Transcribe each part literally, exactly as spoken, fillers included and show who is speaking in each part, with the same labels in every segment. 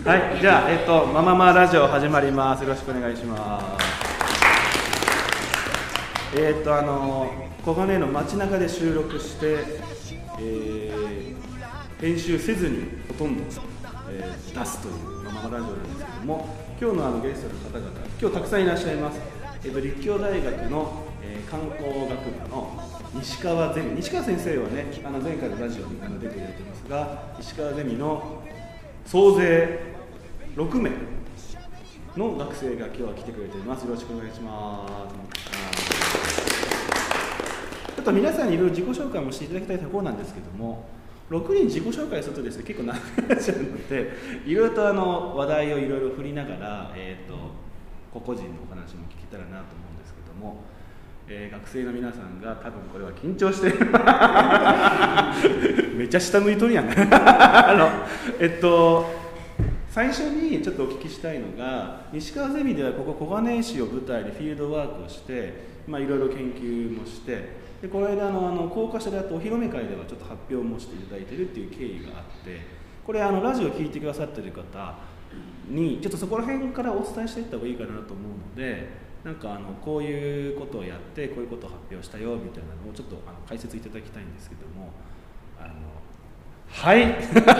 Speaker 1: はい、じゃあ、えっと、マママラジオ始まります。よろしくお願いします。えっと、あの、小金井の街中で収録して、えー、編集せずにほとんど、えー、出すというマママラジオなんですけども、今日のあのゲストの方々、今日たくさんいらっしゃいます。えっと、立教大学の、えー、観光学部の西川ゼミ、西川先生はね、あの前回のラジオにあの出てくれてますが、西川ゼミの総勢ろくめいの学生が今日は来てくれています。よろしくお願いします。ちょっと皆さんにいろいろ自己紹介もしていただきたいところなんですけども、ろくにん自己紹介するとですね、結構長くなっちゃうので、いろいろとあの話題をいろいろ振りながら、えーと、個々人のお話も聞けたらなと思うんですけども、えー、学生の皆さんが多分これは緊張してめっちゃ下向いとるやんあのえっと最初にちょっとお聞きしたいのが、西川ゼミではここ小金井市を舞台にフィールドワークをして、まあ、いろいろ研究もして、でこの間のあの高架下であったお披露目会ではちょっと発表もしていただいているっていう経緯があって、これあのラジオを聞いてくださっている方にちょっとそこら辺からお伝えしていった方がいいかなと思うので、なんかあのこういうことをやってこういうことを発表したよみたいなのをちょっとあの解説いただきたいんですけども、あのはい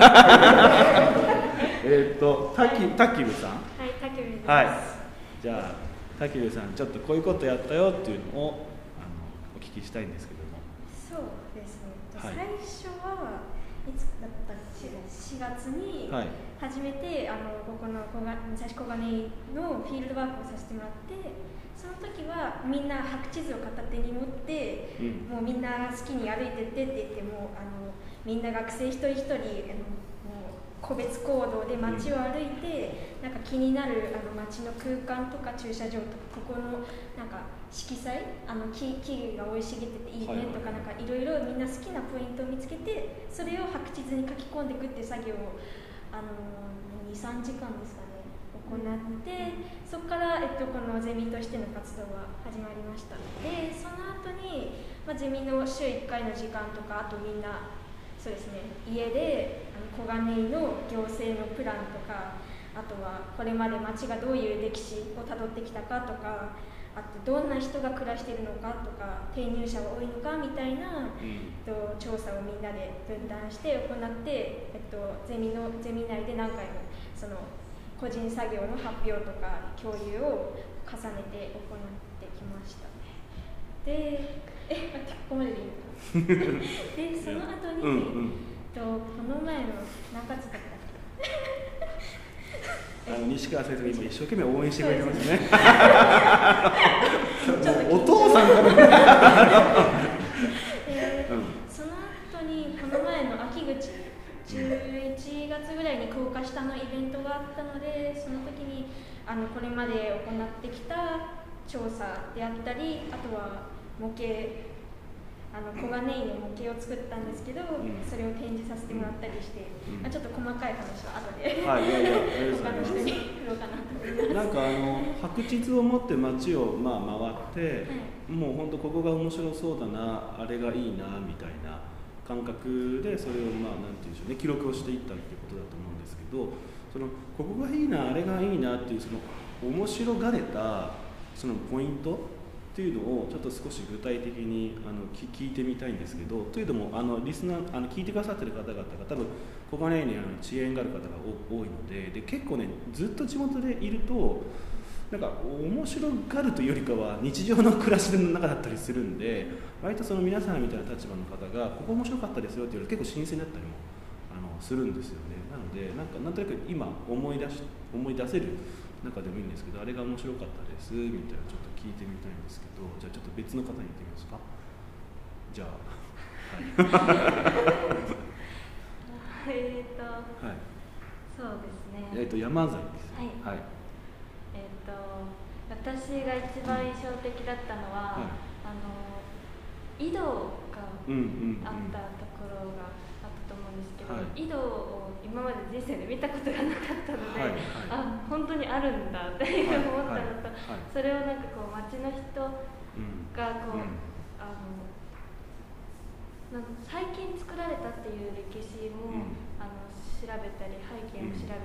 Speaker 1: えっとタキタキブさん、
Speaker 2: はいタキブです。
Speaker 1: はい、じゃあタキブさん、ちょっとこういうことやったよっていうのをあのお聞きしたいんですけども。
Speaker 2: そうですね、はい、最初はいつだったっけ、しがつに初めて、はい、あのここの小金武蔵小金井のフィールドワークをさせてもらって、その時はみんな白地図を片手に持って、うん、もうみんな好きに歩いてってって言っても、あのみんな学生一人一人あのもう個別行動で街を歩いて、うん、なんか気になるあの街の空間とか駐車場とか、ここのなんか色彩、あの 木, 木が生い茂ってていいねとか、なんかいろいろみんな好きなポイントを見つけて、それを白地図に書き込んでいくっていう作業をあのに、さんじかんですかね行って、そこから、えっと、このゼミとしての活動が始まりました。でその後に、まあ、ゼミの週いっかいの時間とか、あとみんなそうですね、家であの小金井の行政のプランとか、あとはこれまで町がどういう歴史をたどってきたかとか、あとどんな人が暮らしているのかとか、転入者が多いのかみたいな、うん、えっと、調査をみんなで分担して行って、えっと、ゼミのゼミ内で何回もその個人作業の発表とか共有を重ねて行ってきました。で、え、待って、ここまででいいのかなで、その後に、うんうん、とこの前の何月だったっけあの
Speaker 1: 西川先生が今一生懸命応援してくれてますねお父さんから
Speaker 2: えーうん、その後にこの前の秋口じゅういちがつぐらいに高架下のイベントがあったので、その時にあのこれまで行ってきた調査であったり、あとは模型、あの小金井の模型を作ったんですけど、うん、それを展示させてもらったりして、うん、まあ、ちょっと細かい話は後で、はい、いやいや他の人に振ろうかなと思います。
Speaker 1: なんかあの白地図を持って街をまあ回って、はい、もう本当ここが面白そうだな、あれがいいなみたいな感覚でそれをまあなんていうんでしょうね、記録をしていったっていうことだと思うんですけど、そのここがいいな、あれがいいなっていうその面白がれたそのポイントっていうのをちょっと少し具体的にあの聞いてみたいんですけど、というのもあのリスナーあの聞いてくださってる方々が多分小金井にあの遅延がある方が多いので、で結構ねずっと地元でいるとなんか面白がるというよりかは日常の暮らしの中だったりするんで、割とその皆さんみたいな立場の方がここ面白かったですよっていうのは結構新鮮だったりもあのするんですよね。なのでなんかなんとなく今思い出し思い出せる中でもいいんですけど、あれが面白かったですみたいなちょっと聞いてみたいんですけど、じゃあちょっと別の方に言ってみますか。じゃあ
Speaker 2: はいえっと、はい、そうですね、
Speaker 1: えっと山崎です。
Speaker 2: はい、はい、えっと私が一番印象的だったのは、はい、あの井戸があったところがあったと思うんですけど、はい、井戸を今まで人生で見たことがなかったので、はいはい、あ、本当にあるんだって思ったのと、はいはいはい、それをなんかこう街の人がこう、うん、あのなんか最近作られたっていう歴史も、うん、あの調べたり背景も調べたりし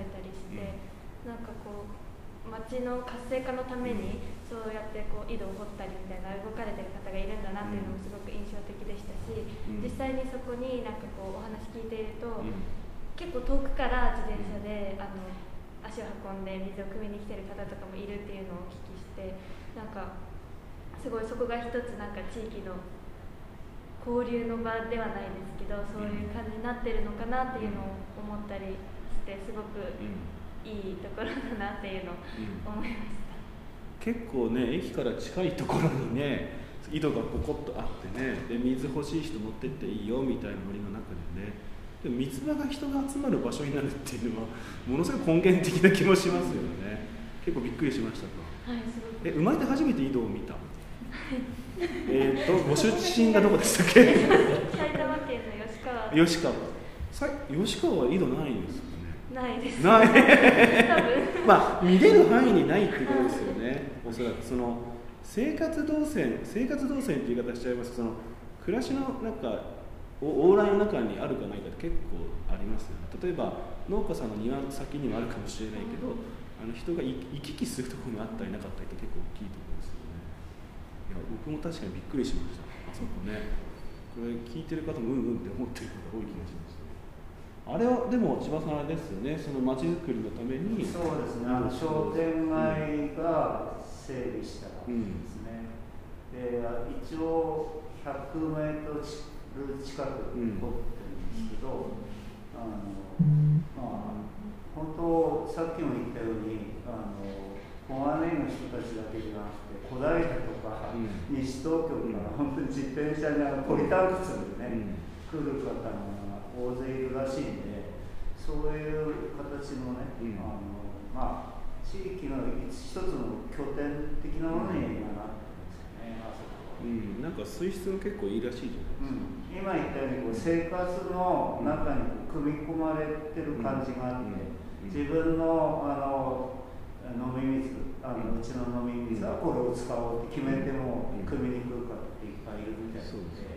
Speaker 2: して、うん、なんかこう街の活性化のためにそうやってこう井戸を掘ったりみたいな動かれてる方がいるんだなっていうのもすごく印象的でしたし、うん、実際にそこになんかこうお話聞いていると、うん、結構遠くから自転車であの足を運んで水を汲みに来てる方とかもいるっていうのをお聞きして、なんかすごいそこが一つなんか地域の交流の場ではないですけど、そういう感じになってるのかなっていうのを思ったりして、すごくいいところだなっていうのを思いました、
Speaker 1: うん、結構ね駅から近いところにね井戸がポコッとあってね、で水欲しい人持ってっていいよみたいな森の中でね、でも水場が人が集まる場所になるっていうのはものすごい根源的な気もしますよね。結構びっくりしましたか。
Speaker 2: はい、すごく。
Speaker 1: え、生まれて初めて井戸を見たえっとご出身がどこでしたっけ？
Speaker 2: 埼玉県の吉川。
Speaker 1: 吉川。さ吉川は井戸ないんですかね。
Speaker 2: ないです。
Speaker 1: ない。多分まあ見れる範囲にないっていうことですよね。おそらくその生活動線生活動線っていう言い方しちゃいますと、その暮らしのなんか往来の中にあるかないかって結構ありますよね。例えば農家さんの庭先にもあるかもしれないけど、あの人が行き来するところがあったりなかったりって結構大きいと思うんですよね。いや僕も確かにびっくりしました。あそこね。これ聞いてる方もうんうんって思ってる方多い気がします。あれはでも千葉さんあれですよね。その街づくりのために。
Speaker 3: そうですね。あの商店街が整備したんですね。うん、で一応ひゃくメートル近く掘ってるんですけど、うん、あのまあ本当さっきも言ったようにあの小金井の人たちだけじゃなくて小平とか、うん、西東京から本当に自転車にあのポリタンク積んでね、うん、来る方が大勢いるらしいんで、そういう形のね、うん、あのまあ地域の一つの拠点的なものに今なってますよね、あそこは。
Speaker 1: うん、なんか水質も結構いいらしいじゃないですか。うん、
Speaker 3: 今言ったようにこう生活の中にこう組み込まれてる感じがあって、うんうん、自分のあの飲み水あのうちの飲み水はこれを使おうって決めても汲みに来る方っていっぱいいるみたいなので、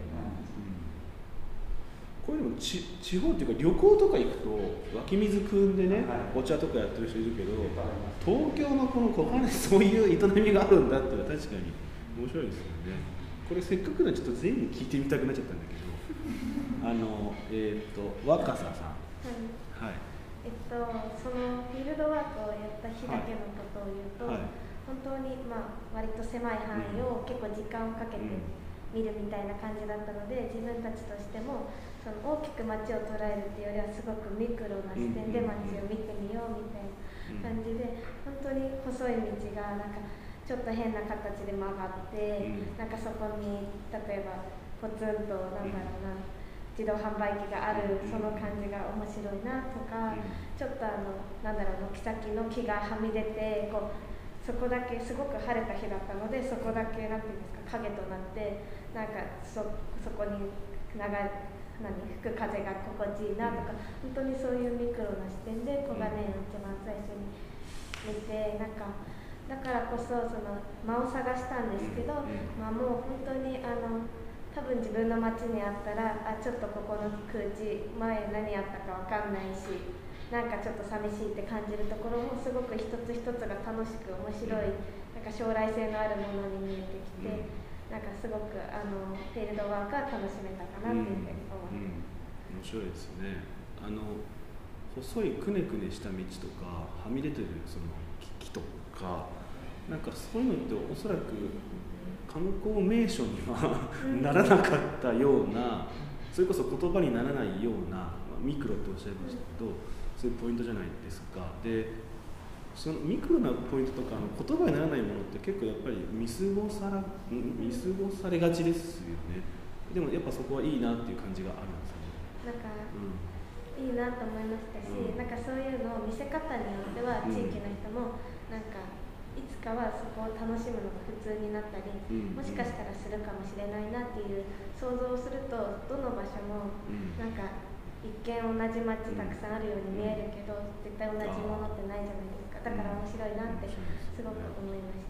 Speaker 1: これでもち地方っていうか旅行とか行くと湧き水汲んでね、はい、お茶とかやってる人いるけど、東京のこの小金井そういう営みがあるんだっていうのは確かに面白いですよね。これせっかくのちょっと全員に聞いてみたくなっちゃったんだけどあのえっ、ー、と若狭さん、
Speaker 2: はい、はい、えっとそのフィールドワークをやった日だけのことを言うと、はいはい、本当にまあ割と狭い範囲を結構時間をかけて見るみたいな感じだったので、自分たちとしてもその大きく街を捉えるっていうよりはすごくミクロな視点で街を見てみようみたいな感じで、本当に細い道がなんかちょっと変な形で曲がって、なんかそこに例えばポツンとなんだろうな自動販売機があるその感じが面白いなとか、ちょっとあのなんだろう軒先の木がはみ出てこうそこだけすごく晴れた日だったので、そこだけなんていうんですか影となってなんか そ, そこに流れ何吹く風が心地いいなとか、本当にそういうミクロな視点で小金井を一番最初に見て、なんかだからこそその間を探したんですけど、まあ、もう本当にあの多分自分の街にあったらあちょっとここの空地前何やったか分かんないし、なんかちょっと寂しいって感じるところもすごく一つ一つが楽しく面白い、なんか将来性のあるものに見えてきて、なんかすごくあのフィールドワークは楽しめたかなっていうふうに思います。
Speaker 1: うんうん、面白いですね。あの細いくねくねした道とかはみ出てるその木とか、なんかそういうのっておそらく観光名所にはならなかったような、それこそ言葉にならないような、まあ、ミクロっておっしゃいましたけど、そういうポイントじゃないですか。でそのミクロなポイントとかの言葉にならないものって結構やっぱり見過ごさら見過ごされがちですよね。でもやっぱそこはいいなっていう感じがあるんですよね。
Speaker 2: なんか、うん、いいなと思いましたし、うん、なんかそういうのを見せ方によっては地域の人もなんかいつかはそこを楽しむのが普通になったり、うん、もしかしたらするかもしれないなっていう想像をすると、どの場所もなんか一見同じ街たくさんあるように見えるけど、絶対同じものってないじゃないですか。だから面白いなってすごく思いました。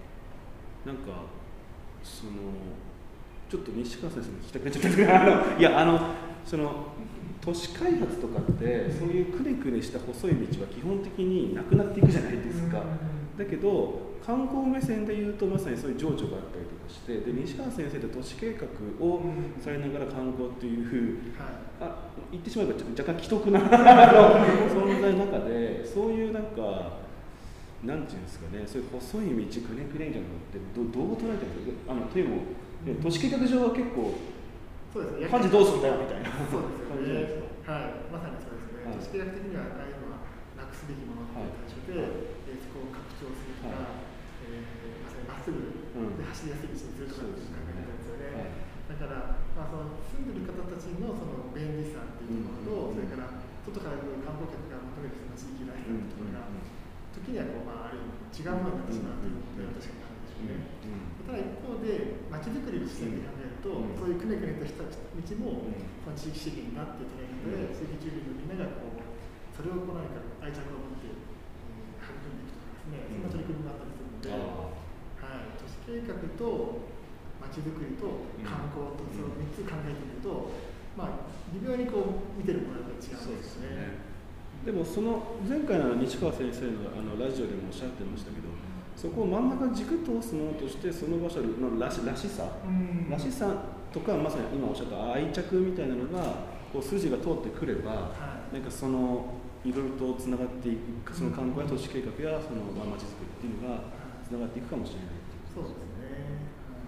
Speaker 1: なんかそのちょっと西川先生に聞きたくなっちゃったいやあのその都市開発とかってそういうくねくねした細い道は基本的になくなっていくじゃないですか。だけど観光目線でいうとまさにそういう情緒があったりとかして、で西川先生って都市計画をされながら観光っていうふう、あ言ってしまえば若干既得な存在の中で、そういうなんかなんていうんですかね、そういう細い道くねくねみたいなのってどどう捉えてるんですか。あのというのも都市計画上は結構
Speaker 4: そうですね、
Speaker 1: 家事どうするんだよみたいな
Speaker 4: そうですよね、はい、まさにそうですね、はい、都市計画的にはああいうのはなくすべきものという対象で、はい、そこを拡張するとか、はい、えー、まさにまっすぐで走りやすい道にするとかっていう考え方ですよね。はい、だから、まあ、その住んでる方たちのその便利さっていうところと、うん、それから外から来る観光客が求めるその地域らしさっていうところが、時にはこう、まあ、ある意味違うものになってしまうということで、確かにあるんでしょうね。ただ一方で、まちづくりの視点で考えると、うん、そういうくねくねとした道も、うん、その地域資源だっていう捉え方で、地域住民のみんながこうそれをこう何か愛着を持って、えー、育んでいくとかですね、そんな取り組みがあったりするので、はい、都市計画とまちづくりと観光とそのみっつ考えてみると、まあ、微妙にこう見てるものが違うんですよね。
Speaker 1: でもその前回の西川先生のあのラジオでもおっしゃってましたけど、そこを真ん中軸通すものとしてその場所のらし、らしさ、らしさとかまさに今おっしゃった愛着みたいなのがこう筋が通ってくれば、はい、なんかそのいろいろとつながっていく、その観光や都市計画やそのまちづくりっていうのがつながっていくかもしれないっていう。
Speaker 4: そうですね。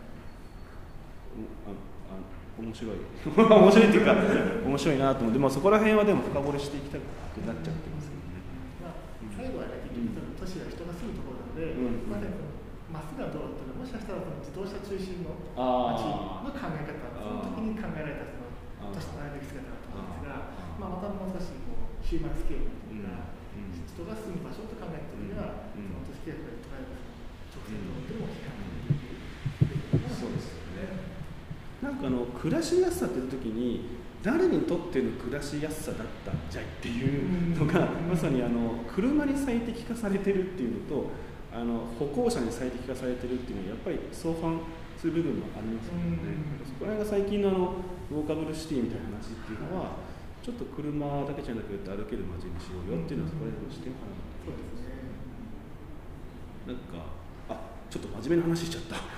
Speaker 1: ああ面白い面白いっていうか面白いなと思って、まあ、そこら辺はでも深掘りしていきたくなっちゃってますけどね。
Speaker 4: まあ、最後はね、結局都市は人が住むところなので、うん、まあ、まっすぐな道路っていうのはもしかしたらその自動車中心の街の考え方、その時に考えられたその都市のあるべき姿だと思うんですが、まあ、またもう少しこうヒューマンスケールというか、うん、人が住む場所と考えた時には、うん、その都市計画で捉える直線道路というのも批判できる、うん、そうですよね。
Speaker 1: なんかあの暮らしやすさっていう時に誰にとっての暮らしやすさだったんじゃいっていうのが、うん、まさにあの車に最適化されてるっていうのとあの歩行者に最適化されてるっていうのはやっぱり相反する部分もありますよね。うん、そこら辺が最近のあのウォーカブルシティみたいな話っていうのはちょっと車だけじゃなくて歩ける街にしようよっていうのはそこら辺の視点かなと思いますね。なんかあちょっと真面目な話しちゃった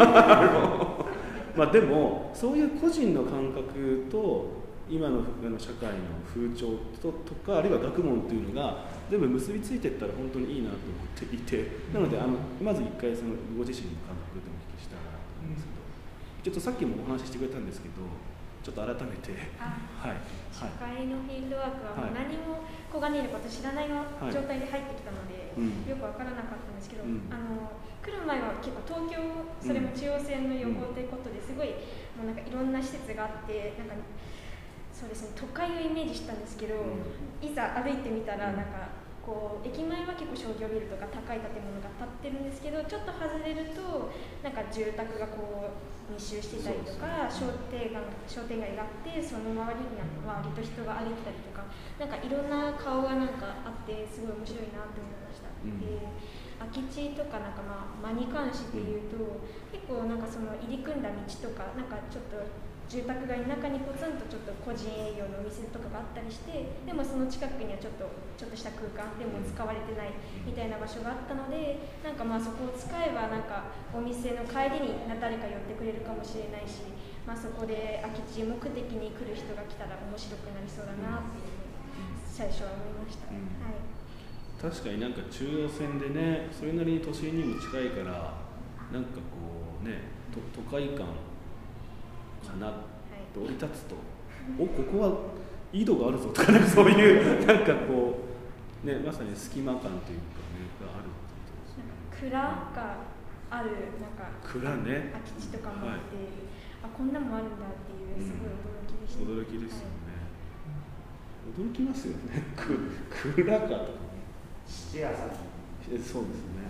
Speaker 1: まあでもそういう個人の感覚と今の社会の風潮 と, とかあるいは学問っていうのが全部結びついていったら本当にいいなと思っていて、なのであのまず一回そのご自身の感覚でお聞きしたいなと思うんですけど、うん、ちょっとさっきもお話ししてくれたんですけどちょっと改めて、
Speaker 2: はい、社会のフィールドワークはもう何も小金井のこと知らない状態で入ってきたので、はい、よく分からなかったんですけど、うん、あの来る前は結構東京それも中央線の予報ということですごい、もうなんかいろんな施設があってなんかそうですね都会をイメージしたんですけど、うん、いざ歩いてみたらなんかこう駅前は結構商業ビルとか高い建物が建ってるんですけど、ちょっと外れるとなんか住宅がこう密集してたりとか、商店街商店街があってその周りには割と人が歩いてたりとか、なんかいろんな顔がなんかあってすごい面白いなと思いました。うん、で空き地とかなんかまあ間に関して言うと、うん、結構なんかその入り組んだ道とかなんかちょっと住宅街の中にポツンとちょっと個人営業のお店とかがあったりして、でもその近くにはちょっとちょっとした空間でも使われてないみたいな場所があったので、なんかまあそこを使えばなんかお店の帰りに誰か寄ってくれるかもしれないし、まあ、そこで空き地目的に来る人が来たら面白くなりそうだなっていう最初は思いました。うんはい、
Speaker 1: 確かになんか中央線でね、それなりに都心にも近いからなんかこうねと都会感かなって降り立つと、はい、おここは井戸があるぞとか、ね、そういうなんかこうねまさに隙間感というかねがあるってことですね。
Speaker 2: 蔵があるなんか
Speaker 1: 蔵ね
Speaker 2: 空き地とかもあって、はい、あこんなもあるんだっていうすごい驚きでした。
Speaker 1: うん、驚きですよね。はい、驚きますよね。く蔵かとかね。
Speaker 3: 質屋さん。
Speaker 1: そうですね。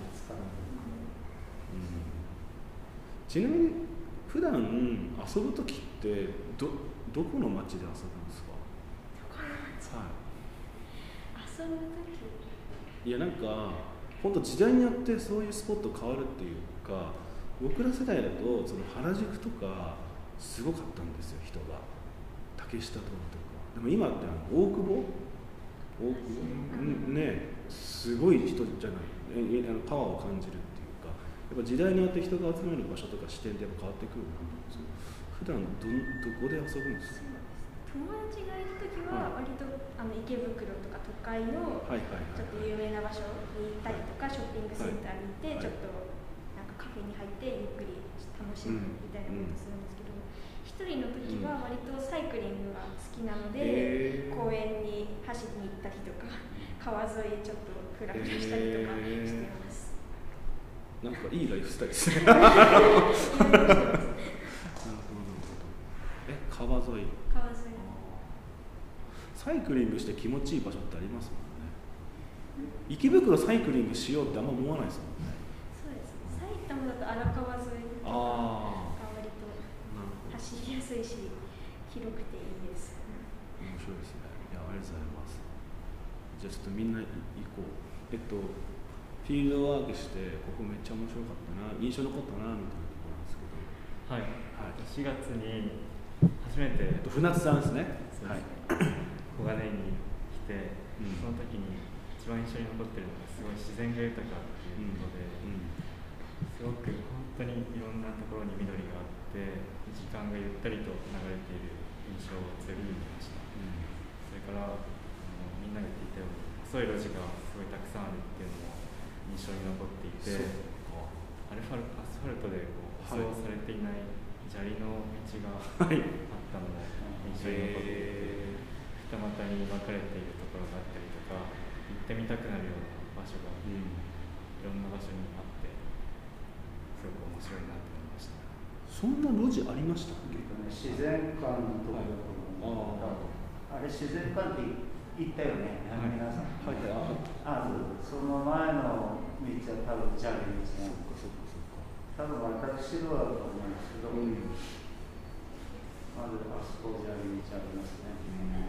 Speaker 1: うん、ちなみに普段遊ぶときってどどこの町で遊ぶんですか？
Speaker 2: どこの町？
Speaker 1: はい。
Speaker 2: 遊ぶとき？
Speaker 1: いやなんか本当時代によってそういうスポット変わるっていうか、僕ら世代だとその原宿とかすごかったんですよ人が。竹下通りとか。 でも今ってあの大久保大久保ねすごい人じゃないえあのパワーを感じるっていうかやっぱ時代によって人が集まる場所とか視点ってやっぱ変わってくるなと思うんですよ。普段どどこで遊ぶんですか？
Speaker 2: 友達がいるときは割と、あの池袋とか都会のちょっと有名な場所に行ったりとか、ショッピングセンターに行ってちょっとなんかカフェに入ってゆっくり楽しむみたいなことするんですけど、一人の時は割とサイクリングが好きなので、公園に走りに行ったりとか川沿いちょっとフラフラしたりとかしてます。
Speaker 1: なんかいいライフスタイルですね。え、川沿い。
Speaker 2: 川沿い。
Speaker 1: サイクリングして気持ちいい場所ってありますもんね。池袋サイクリングしようってあんま思わないですもんね。
Speaker 2: そうです。埼玉だと荒川沿いが割と走りやすいし広くていいです。
Speaker 1: 面白いですね。いや、ありがとうございます。じゃあちょっとみんな行こう。えっとフィールドワークしてここめっちゃ面白かったな、印象残ったなみたいなところなんですけど。
Speaker 5: はい。はい、しがつに初めて、
Speaker 1: えっと、船津さんですね。
Speaker 5: はい。小金井に来て、うん、その時に一番印象に残ってるのがすごい自然が豊かっていうことで、うんうん、すごく本当にいろんなところに緑があって時間がゆったりと流れている印象を強く受けました。うん、それからあのみんなが言っていたように細い路地がすごいたくさんあるっていうのも印象に残っていて、アルファルアスファルトでこう舗装されていない砂利の道があったのも印象に残っていて、二股に分かれているところがあったりとか、行ってみたくなるような場所が、うん、いろんな場所にあってすごく面白いなと思いました。
Speaker 1: そんな路地ありましたっけ？
Speaker 3: 自然館のところ、はい、あれ自然館って行ったよね、はい、皆さん。はい、ああその前の道は多分砂利道ね。多分私どうだと思うんですけど、うん、まずあそこ砂利道ありますね。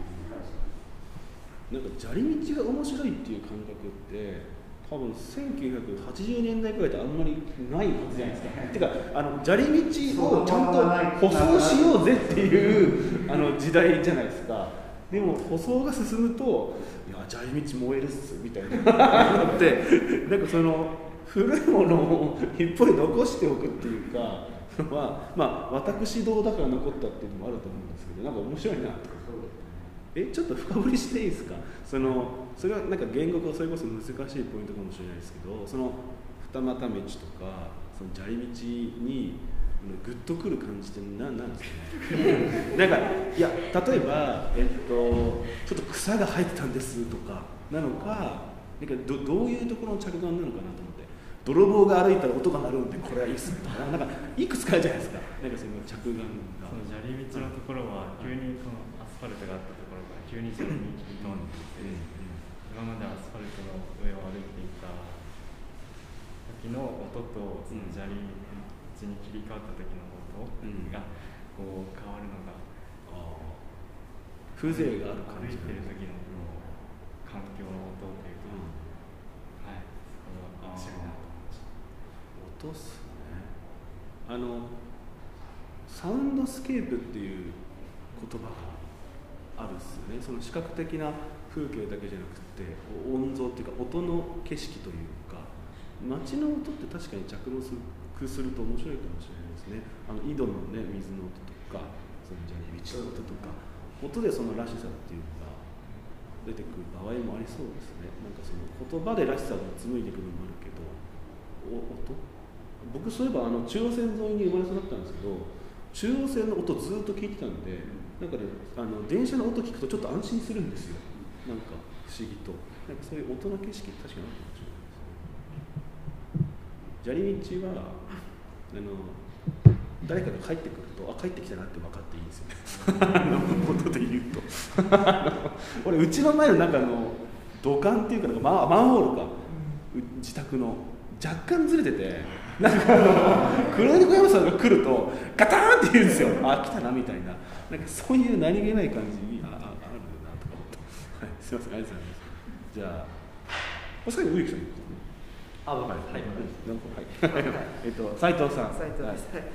Speaker 1: うん、なんか砂利道が面白いっていう感覚って多分せんきゅうひゃくはちじゅうねんだいくらいってあんまりないはずじゃないですか。てかあの砂利道をちゃんと舗装しようぜっていうあの時代じゃないですか。でも舗装が進むといや砂利道燃えるっすみたいななってなんかその古いものをいっぱい残しておくっていうか、まあまあ私道だから残ったっていうのもあると思うんですけど、なんか面白いなとか。えちょっと深掘りしていいですか？そのそれはなんか言語化それこそ難しいポイントかもしれないですけど、その二股道とかその砂利道にグッとくる感じって何なんですかね。なんかいや例えばえっとちょっと草が生えてたんですとかなのか、なんか ど, どういうところの着眼なのかなと思って、泥棒が歩いたら音が鳴るんでこれはいいっすとか、なんかいくつかあるじゃないですか。なんかその着眼が。
Speaker 5: その砂利道のところは急にそのアスファルトがあったところから急に砂利に切り替わっていて、今までアスファルトの上を歩いていた時の音とその砂利道に切り替わった時の音がこう変わるのが、
Speaker 1: 風情がある感じ。
Speaker 5: 歩いてる時の環境の音というか、うん、はい、それは面白いなと思いました。
Speaker 1: 音っすね。あのサウンドスケープっていう言葉があるっすよね。その視覚的な風景だけじゃなくて音像っていうか音の景色というか、街の音って確かに着目すると面白いかもしれないですね。あの井戸のね水の音とか、その砂利道の音とか、音でそのらしさっていうのが出てくる場合もありそうですね。なんかその言葉でらしさを紡いでいくのもあるけど、お音。僕そういえばあの中央線沿いに生まれ育ったんですけど、中央線の音ずっと聞いてたんで、なんかねあの電車の音聞くとちょっと安心するんですよ。なんか不思議と、なんかそういう音の景色確かにあるかもしれないですね。砂利道はあの誰かが帰ってくると、あ帰ってきたなって分かっていいんですよね。あの音で言うと俺うちの前の中の土管っていうかなんかマンホールか、自宅の若干ずれてて、なんかあの黒柳小山さんが来るとガターンって言うんですよ。あ来たなみたいな、なんかそういう何気ない感じにあああるなとか思って、はい、すいませんありがとうございます。じゃあお最後植木さん
Speaker 6: あ、はい、はい、
Speaker 1: はい、えっと斉藤さん。
Speaker 6: 斉藤です。はい。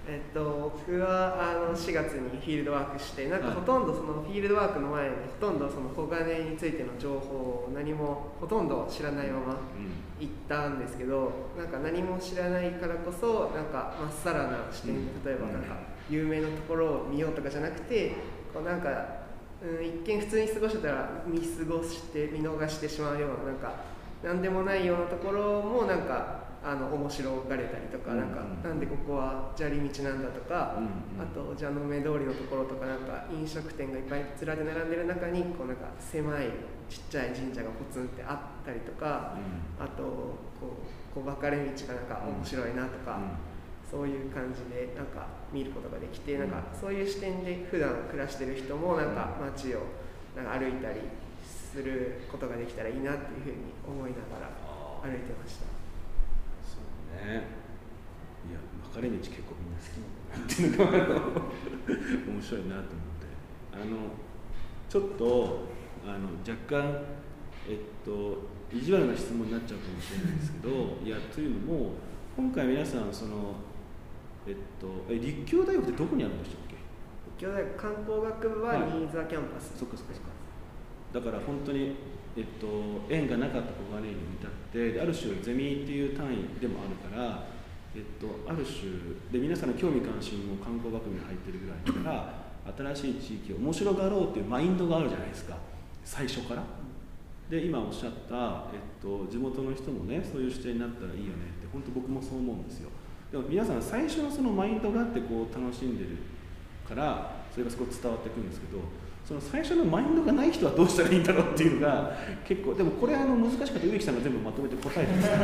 Speaker 6: えっと、僕はあのしがつにフィールドワークして、なんかほとんどそのフィールドワークの前にほとんどその小金についての情報を何もほとんど知らないまま行ったんですけど、なんか何も知らないからこそなんかまっさらな視点で、例えばなんか有名なところを見ようとかじゃなくて、こうなんか、うん、一見普通に過ごしてたら見過ごして見逃してしまうような、なんか何でもないようなところもなんかあの面白がれたりとか、なんか、なんでここは砂利道なんだとか、あと蛇の目通りのところとか、なんか飲食店がいっぱい面で並んでる中にこうなんか狭いちっちゃい神社がポツンってあったりとか、あとこうこう分かれ道がなんか面白いなとか、そういう感じでなんか見ることができて、なんかそういう視点で普段暮らしてる人もなんか街をなんか歩いたりすることができたらいいなっていうふうに思いながら歩いてました。
Speaker 1: ね、いや分かれ道結構みんな好きなんだなっていうのが面白いなと思って、あのちょっとあの若干えっと意地悪な質問になっちゃうかもしれないですけどいやというのも今回皆さんそのえっとえ立教大学ってどこにあるんでしたっけ？
Speaker 6: 立教大学観光学部は新座キャンパス、
Speaker 1: はい、そっかそっかそっか。だから本当にえっと、縁がなかった小金井に至ってある種ゼミっていう単位でもあるから、えっと、ある種で皆さんの興味関心も観光学部に入ってるぐらいだから新しい地域を面白がろうっていうマインドがあるじゃないですか最初から。で今おっしゃった、えっと、地元の人もねそういう視点になったらいいよねって本当僕もそう思うんですよ。でも皆さん最初のそのマインドがあってこう楽しんでるからそれがすごい伝わってくるんですけど、その最初のマインドがない人はどうしたらいいんだろうっていうのが結構でもこれあの難しかった植木さんが全部まとめて答えてます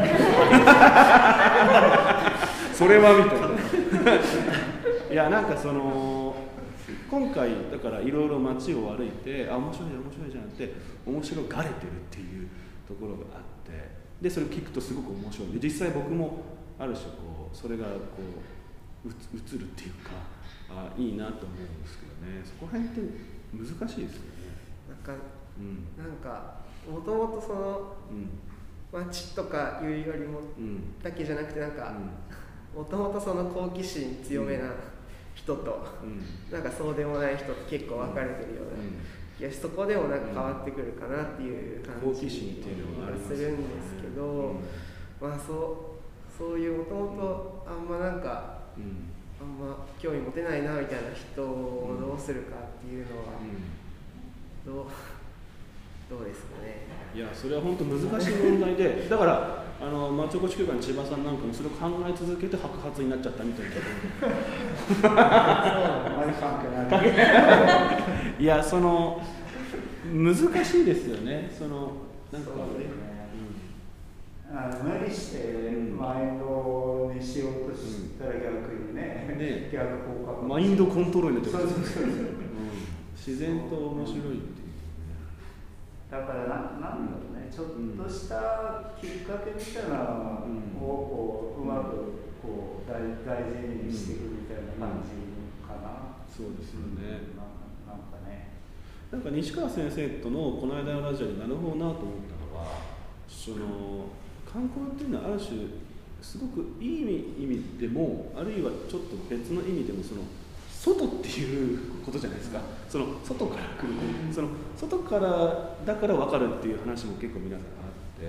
Speaker 1: それはみたいないやなんかその今回だからいろいろ街を歩いてあ面白い面白いじゃんって面白がれてるっていうところがあって、でそれを聞くとすごく面白いで実際僕もある種こうそれがこう映るっていうかあいいなと思うんですけどね。そこら辺って難しいですよね。
Speaker 6: なんか、うん、なんかもともとその、うん、街とかいうよりも、うん、だけじゃなくてなんかもともとその好奇心強めな人と、うん、なんかそうでもない人と結構分かれてるような、うん、いやそこでもなんか変わってくるかなっていう感じがするんですけど、うん、まあそうそういうもともとあんまなんか、うんあんま興味持てないなみたいな人をどうするかっていうのは、うん、どうどうですかね。
Speaker 1: いやそれは本当難しい問題でだからあの町おこし協会の千葉さんなんかもそれを考え続けて白髪になっちゃったみたいな。いやその難しいですよね。そのなんか
Speaker 3: あの無理してマインドにしようとしたら逆にね、うんね逆効果
Speaker 1: マインドコントロールになってます。自然と面白いっていう、ね、
Speaker 3: だからな、なんだろうね、ちょっとしたきっかけみたいなのをこう、うまくこう 大, 大事にしていくみたいな感じかな。
Speaker 1: うん、そうですよね。
Speaker 3: な, なんかね。
Speaker 1: なんか西川先生とのこの間のラジオでなるほどなと思ったのは、その観光っていうのはある種すごくいい意味でもあるいはちょっと別の意味でもその外っていうことじゃないですか。その外から来る、その外からだから分かるっていう話も結構皆さんあって、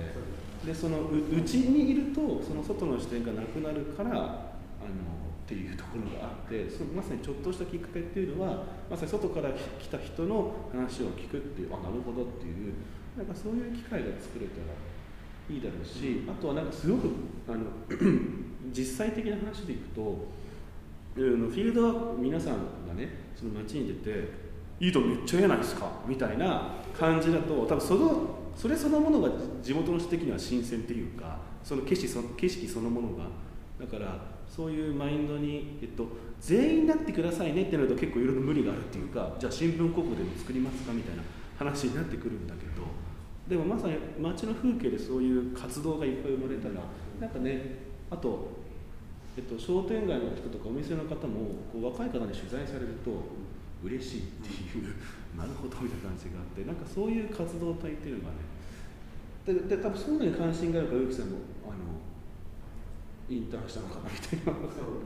Speaker 1: でそのうちにいるとその外の視点がなくなるからあのっていうところがあって、そのまさにちょっとしたきっかけっていうのはまさに外から来た人の話を聞くっていう、あなるほどっていうなんかそういう機会が作れたらいいだろうし、あとはなんかすごくあの実際的な話でいくと、フィールドは皆さんがねその街に出ていいとめっちゃええないですかみたいな感じだと多分そのそれそのものが地元の人的には新鮮っていうか、その景色そ景色そのものがだからそういうマインドに、えっと、全員になってくださいねってなると結構いろいろ無理があるっていうか、じゃあ新聞広告でも作りますかみたいな話になってくるんだけど、でもまさに街の風景でそういう活動がいっぱい生まれたらなんかね、あと、えっと、商店街の人とかお店の方もこう若い方に取材されると嬉しいっていうなるほどみたいな感じがあって、なんかそういう活動体っていうのがねでで多分そういうのに関心があるから植木さんもあのインターンしたのかなみたいな。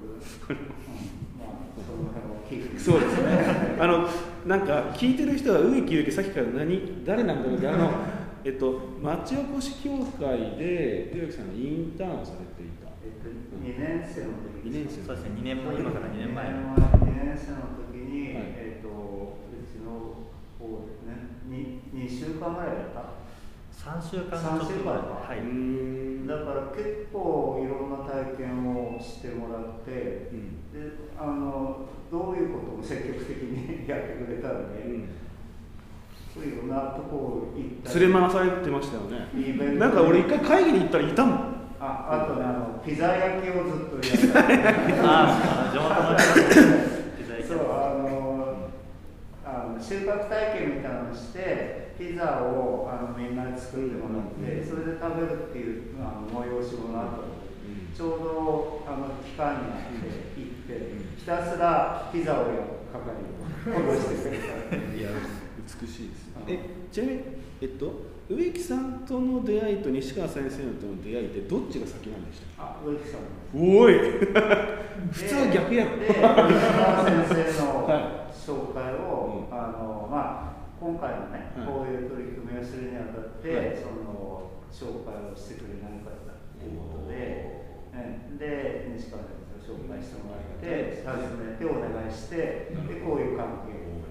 Speaker 3: そう
Speaker 1: ですね。あのなんか聞いてる人は植木ゆうきさっきから何誰なんだろうってあのえっと町おこし協会で植木さんがインターンをされていた。
Speaker 3: えっとにねん生の時。
Speaker 1: にねん生。
Speaker 5: そうですね。にねんまえ今からにねんまえ。
Speaker 3: にねん生の時に、はい、えっとうちの方でねににしゅうかんぐらいだった。
Speaker 5: さんしゅうかん
Speaker 3: さんしゅうかんか、
Speaker 5: はい、
Speaker 3: だから結構いろんな体験をしてもらって、うん、であのどういうことも積極的にやってくれたんで、うん、そういういろんなとこ行ったり
Speaker 1: 連れ回されてましたよね。なんか俺一回会議に行ったらいたもん。
Speaker 3: ああとねあのピザ焼きをずっとやって
Speaker 5: ああ地元のピザ焼き
Speaker 3: そうあのあの収穫体験みたいなのをしてピザをあのみんなで作ってもらって、うん、それで食べるっていうあの催し物があったので、うん、ちょうどあの期間になって行って、うん、ひたすらピザを焼く係を戻してくれたい
Speaker 1: や美しいですね。えちなみにえっと植木さんとの出会いと西川先生との出会いってどっちが先なんでした
Speaker 3: あ、植木さん
Speaker 1: おい普通は逆やろ
Speaker 3: で、植木川先生の紹介を、はい、あのまあ今回のね、はい、こういう取り組みをするにあたって、はい、その紹介をしてくれないかったということで、で西川先生を紹介してもらって初めてお願いして、でこういう関係を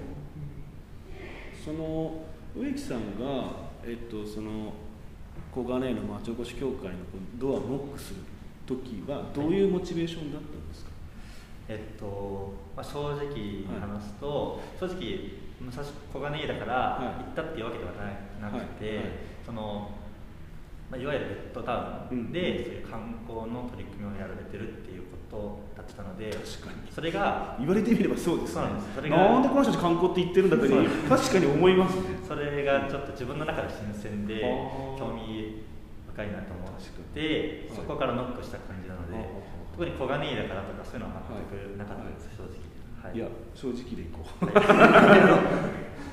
Speaker 1: その植木さんが、えっと、その小金井の町おこし協会のドアをノックするときはどういうモチベーションだったんですか。
Speaker 5: えっとまあ、正直に話すと、はい、正直武蔵小金井だから行ったっていうわけではなくて、はいはいはい、そのまあ、いわゆるベッドタウンで、うん、そういう観光の取り組みをやられてるっていうことだったので、
Speaker 1: 確かに
Speaker 5: それが
Speaker 1: 言われてみればそうですね。
Speaker 5: そうなんです。それが
Speaker 1: なんでこの人たち観光って言ってるんだって確かに思いますね。
Speaker 5: それがちょっと自分の中で新鮮で興味深いなと思ってそこからノックした感じなので、特に小金井だからとかそういうのは全くなかったです、正直。
Speaker 1: はい、いや正直でいこう、はい、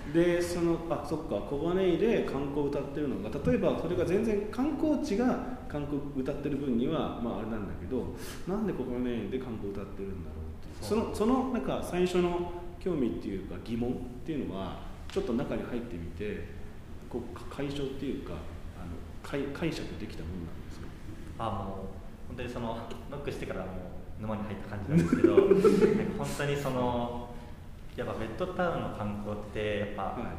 Speaker 1: でそのあそっか小金井で観光を歌ってるのが例えばそれが全然観光地が観光歌ってる分にはまああれなんだけどなんで小金井で観光歌ってるんだろうっていうそのそのなんか最初の興味っていうか疑問っていうのはちょっと中に入ってみてこう解消っていうかあの解解釈できたものなんですか。
Speaker 5: あもう本当にそのノックしてからもう沼に入った感じなんですけど本当にそのやっぱベッドタウンの観光ってやっぱ、はい、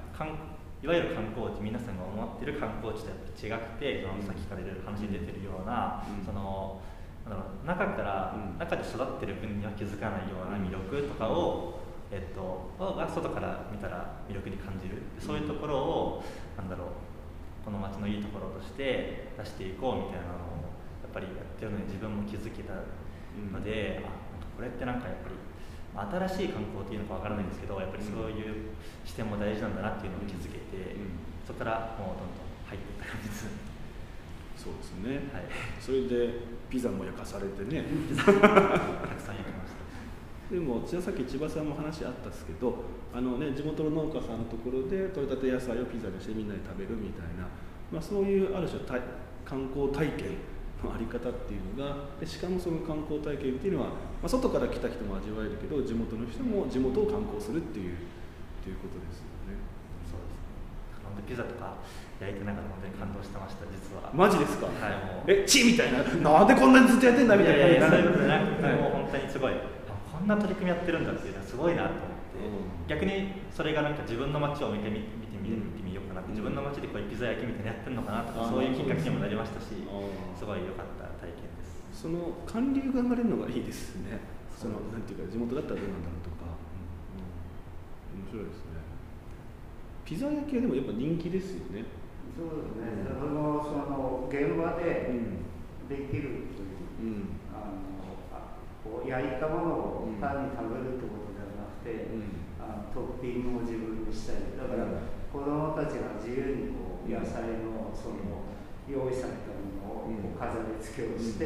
Speaker 5: いわゆる観光地皆さんが思ってる観光地とやっぱ違くてそのさっきから話に出てるような、うん、そのなんだろう中から、うん、中で育ってる分には気づかないような魅力とかを、えっと、が外から見たら魅力に感じるそういうところをなんだろうこの街のいいところとして出していこうみたいなのをやっぱりやってるのに自分も気づけたので、うん、あこれってなんかやっぱり新しい観光っていうのかわからないんですけどやっぱりそういう視点も大事なんだなっていうのを気づけて、うん、そこからもうどんどん入っていった感じです。
Speaker 1: そうですね、
Speaker 5: はい、
Speaker 1: それでピザも焼かされてね
Speaker 5: たくさん焼きました。
Speaker 1: でもさっき千葉さんも話あったんですけどあの、ね、地元の農家さんのところで取れたて野菜をピザにしてみんなで食べるみたいな、まあ、そういうある種観光体験のあり方っていうのがでしかもその観光体験っていうのは、まあ、外から来た人も味わえるけど地元の人も地元を観光するっていうっていうことですよね。
Speaker 5: そうですね。本当ピザとか焼いてながら本当に感動してました実は。
Speaker 1: マジですか。
Speaker 5: はいもう
Speaker 1: えチーみたいななんでこんなにずっとやってんだみたいな。
Speaker 5: いやいやそういうことじゃなくて、はい、もう本当にすごいこんな取り組みやってるんだっていうのはすごいなと思って、うん、逆にそれがなんか自分の街を見てみ見てみてみようかなって、うん、自分の街でこういうピザ焼きみたいなやってるのかなとか、うん、そういうきっかけにもなりましたし、すごい良かった体験です。
Speaker 1: その韓流が生まれるのがいいですね。そのなんていうか地元だったらどうなんだろうとか、うん、面白いですね。ピザ焼きはでもやっぱ人気ですよね。
Speaker 3: そうですね。そのその現場でできるという、うん、あのこう焼いたものを単に食べるってことではなくて、うん、あのトッピングを自分にしたり、だから、うん、子どもたちが自由にこう野菜のその用意されたものをこう飾り付けをして、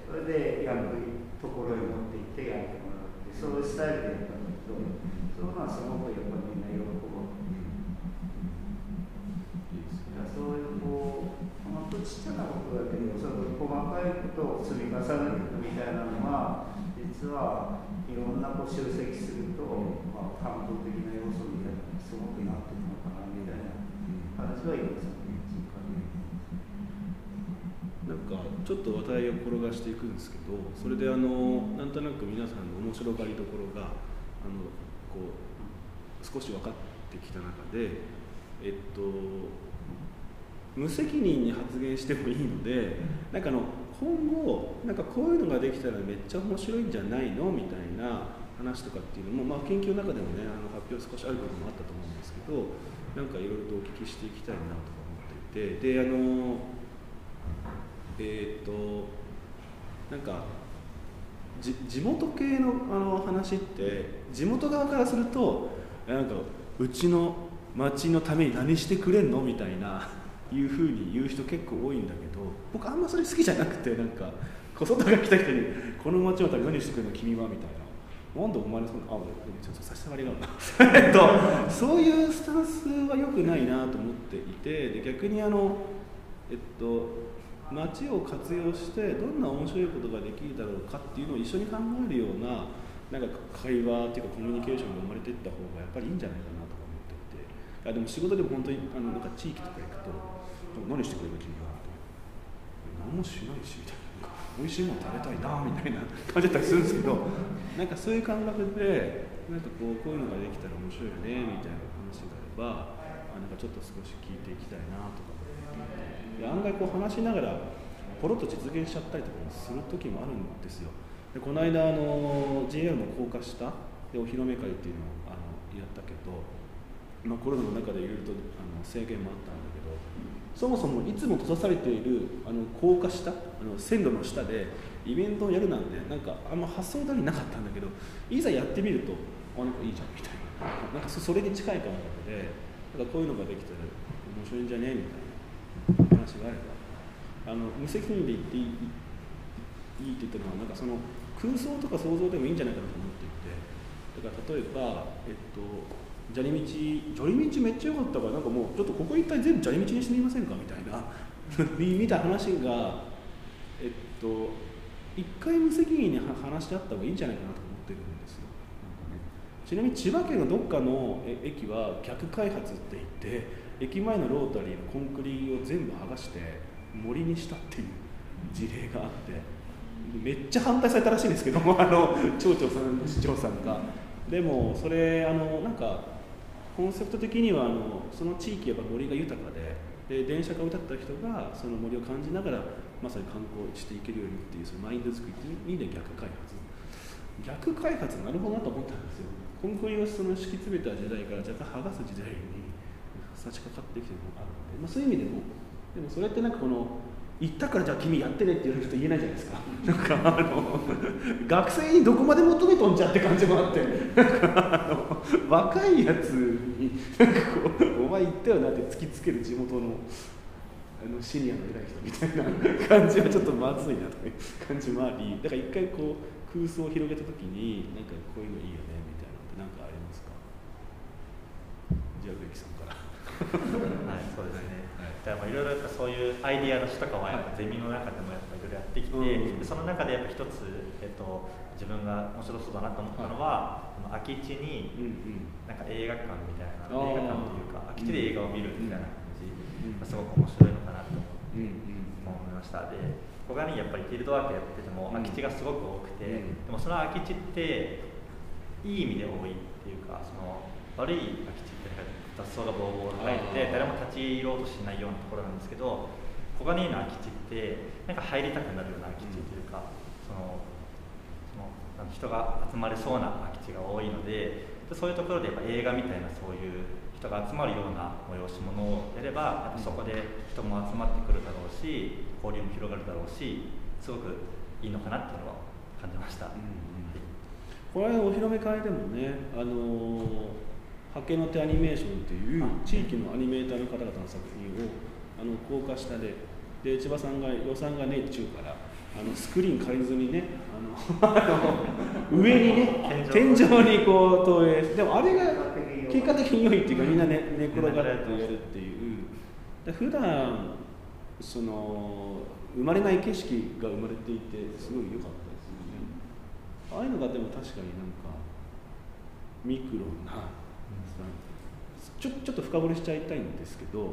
Speaker 3: それで焼くところに持っていって焼いてもらうってそういうスタイルでやったんだけど、そういうのはすごくやっぱりみんな喜ぶ。そういうこう、まあ、ととちっちゃなことだけど、その細かいことを積み重ねるみたいなのが実はいろんなこう集積すると、まあ、反復的な要素みたいなのがすごくなっていくのかなみたいな感じはいますね。
Speaker 1: なんかちょっと話題を転がしていくんですけど、それであのなんとなく皆さんの面白がりどころがあのこう少し分かってきた中で、えっと無責任に発言してもいいので、なんかあの今後なんかこういうのができたらめっちゃ面白いんじゃないのみたいな話とかっていうのも、まあ、研究の中でもねあの発表少しあることもあったと思うんですけど、なんかいろいろとお聞きしていきたいなとか思っていて、であのえー、っとなんかじ地元系のあの話って地元側からするとなんかうちの町のために何してくれんのみたいないうふうに言う人結構多いんだけど、僕あんまそれ好きじゃなくて、なんか子育てが来た人にこの町のために何してくれるの君はみたいな、なんでお前のそんなあちょっと差し障りがあるなえっとそういうスタンスは良くないなと思っていて、で逆にあのえっと街を活用してどんな面白いことができるだろうかっていうのを一緒に考えるような、なんか会話っていうかコミュニケーションが生まれていった方がやっぱりいいんじゃないかなとか思っていて、あでも仕事でも本当にあのなんか地域とか行くと何してくれる君は何もしないしみたいな、美味しいもの食べたいなみたいな感じだったりするんですけど、なんかそういう感覚でなんかこうこういうのができたら面白いよねみたいな話があれば、あなんかちょっと少し聞いていきたいなとか。案外こう話しながらポロッと実現しちゃったりとかもする時もあるんですよ。でこの間あの ジェイアール も高架下でお披露目会っていうのをあのやったけど、まあ、コロナの中でいろいろとあの制限もあったんだけど、そもそもいつも閉ざされているあの高架下あの線路の下でイベントをやるなんてなんかあんま発想だになかったんだけど、いざやってみるとあなんかいいじゃんみたいな、なんかそれに近い感覚でなんかこういうのができたら面白いんじゃねみたいな話があれば、あの無責任で言っていい、いいって言ったのはなんかその空想とか想像でもいいんじゃないかなと思っていて、だから例えば、えっと、砂利道砂利道めっちゃ良かったからなんかもうちょっとここ一体全部砂利道にしてみませんかみたいなみたいな話が、えっと一回無責任に話し合った方がいいんじゃないかなと思ってるんですよ。なんかね、ちなみに千葉県のどっかの駅は逆開発って言って駅前のロータリーのコンクリを全部剥がして森にしたっていう事例があって、めっちゃ反対されたらしいんですけどもあの町長さん市長さんが。でもそれあのなんかコンセプト的にはあのその地域やっぱ森が豊かで、で電車が歌った人がその森を感じながらまさに観光していけるようにっていうそのマインド作りっていう意味で逆開発逆開発なるほどなと思ったんですよ。コンクリをその敷き詰めた時代から若干剥がす時代に差し掛かってきてるのがあるので、まあ、そういう意味でもでもそれってなんかこの言ったからじゃあ君やってねって言われる人言えないじゃないですか。なんかあの学生にどこまで求めとんじゃって感じもあって、なんかあの若いやつになんかこうお前言ったよなって突きつける地元のあのシニアの偉い人みたいな感じはちょっとまずいなという感じもあり、だから一回こう空想を広げた時になんかこういうのいいよねみたいなのって何かありますか？じゃあ植木さんから。
Speaker 7: はい、そうですね。だからいろいろそういうアイディアの人とかはやっぱゼミの中でもやっぱいろいろやってきて、うん、その中でやっぱ一つ、えっと、自分が面白そうだなと思ったのは、はい、空き地になんか映画館みたいな、うん、映画館というか空き地で映画を見るみたいな感じがすごく面白いのかなと思いました。で小金井やっぱりフィールドワークやってても空き地がすごく多くて、うん、でもその空き地っていい意味で多いっていうか、その悪い空き地って雑草がボーボー生えて誰も立ち入ろうとしないようなところなんですけど、小金井の空き地ってなんか入りたくなるような空き地というか、そのその人が集まれそうな空き地が多いので、そういうところでやっぱ映画みたいなそういう人が集まるような催し物をやればやっぱそこで人も集まってくるだろうし、交流も広がるだろうし、すごくいいのかなっていうのを感じました。うんうん、
Speaker 1: これお披露目会でもね、あのーハケの手アニメーションという地域のアニメーターの方々の作品をあの高架下で、で千葉さんが予算がねえっちゅうからあのスクリーン借りずにね、あの上にね天井にこう投影して、でもあれが結果的に良いっていうか、みんな、ね、寝転がってやるっていう。で普段その生まれない景色が生まれていてすごい良かったですよね。ああいうのがでも確かになんかミクロな、ちょ, ちょっと深掘りしちゃいたいんですけど、はい、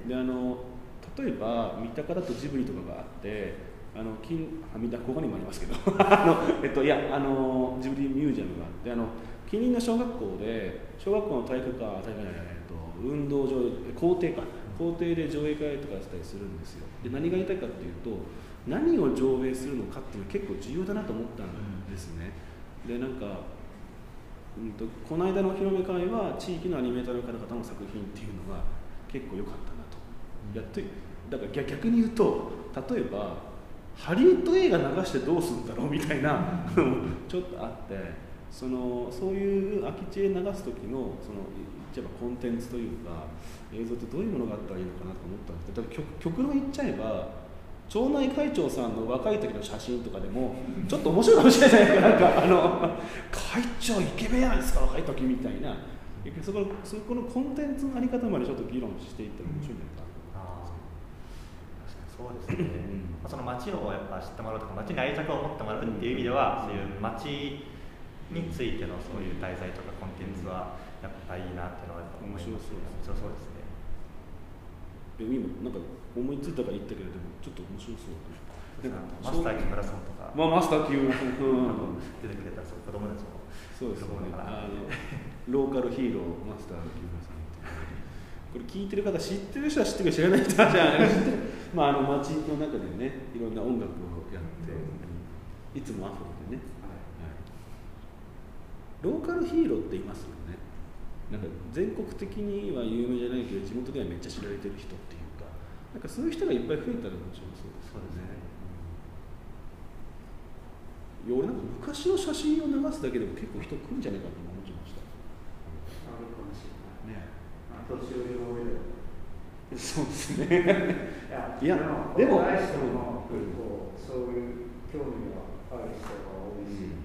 Speaker 1: であの例えば三鷹だとジブリとかがあってあの金あ三鷹ここにもありますけどあの、えっと、いやあのジブリミュージアムがあってあの近隣の小学校で小学校の体育館体育館じゃない、えっと、運動場校庭か校庭で上映会とかしたりするんですよ。で何が言いたいかっていうと何を上映するのかっていうのは結構重要だなと思ったんですね。でなんかうんとこの間のお披露目会は地域のアニメーターの方々の作品っていうのが結構良かったなと、うん、やっとだから逆に言うと例えばハリウッド映画流してどうするんだろうみたいなのもちょっとあってそのそういう空き地へ流す時のその言っちゃえばコンテンツというか映像ってどういうものがあったらいいのかなと思ったんですけど極極論言っちゃえば町内会長さんの若い時の写真とかでもちょっと面白いかもしれないですけどなんかあの会長イケメンやないですか若い時みたいなそこそこのコンテンツのあり方までちょっと議論していったら面白いんじゃないかな。
Speaker 7: そうですね、うん、その街をやっぱ知ってもらうとか街に愛着を持ってもらうっていう意味では、うん、そういう街についてのそういう題材とかコンテンツはやっぱいいなっていうのはやっぱ思います。面白そうです。面白そうですね。
Speaker 1: 今なんか思いついたから言ったけれどもちょっと面白そう。
Speaker 7: マスター木村さんとか、
Speaker 1: まあマスター木村さん
Speaker 7: 出てくれたそう子供たちも
Speaker 1: そうですね。あのローカルヒーローマスター木村さんこれ聞いてる方知ってる人は知ってるか知らない人はじゃないまああの街の中でねいろんな音楽をやっていつもアフロでね、はいはい、ローカルヒーローって言いますよね。なんか全国的には有名じゃないけど地元ではめっちゃ知られてる人っていうかなんかそういう人がいっぱい増えたらもちろんそうですよね。いや俺なんか昔の写真を流すだけでも結構人来るんじゃないかと思ってました。
Speaker 3: あるかもしれない
Speaker 1: ね。
Speaker 3: 年寄りが多いだろう。
Speaker 1: そうですね。
Speaker 3: いや、でも、若い人も結構そういう興味がある人が多いし、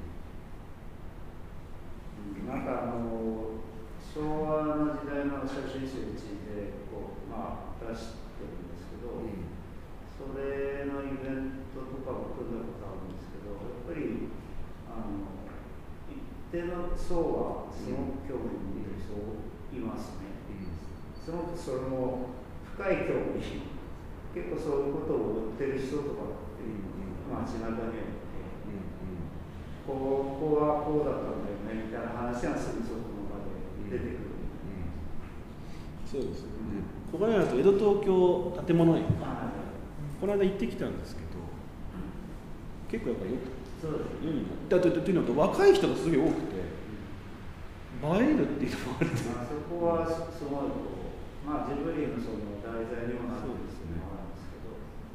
Speaker 3: うん、なんかあの昭和の時代の写真集うちでこう、まあ、出してるんですけど、うん、それのイベントとかも組んだことあるんですけど、やっぱりあの一定の層はすごく興味を持ってる人いますね。すごくそれも深い興味、結構そういうことを追ってる人とかっていうのが街中にあって、ここはこうだったんだよねみたいな話がすぐそこの場で出てくる。
Speaker 1: そうですよね。ここにあると江戸東京建物園、この間行ってきたんですけど、結構やっぱりよく
Speaker 3: そうです
Speaker 1: よいな。だってというのと若い人がすごい多くて、映えるっていうのもある。
Speaker 3: まあそこはすごいこう。まあ、ジブリのその題材にもなってるんですけど、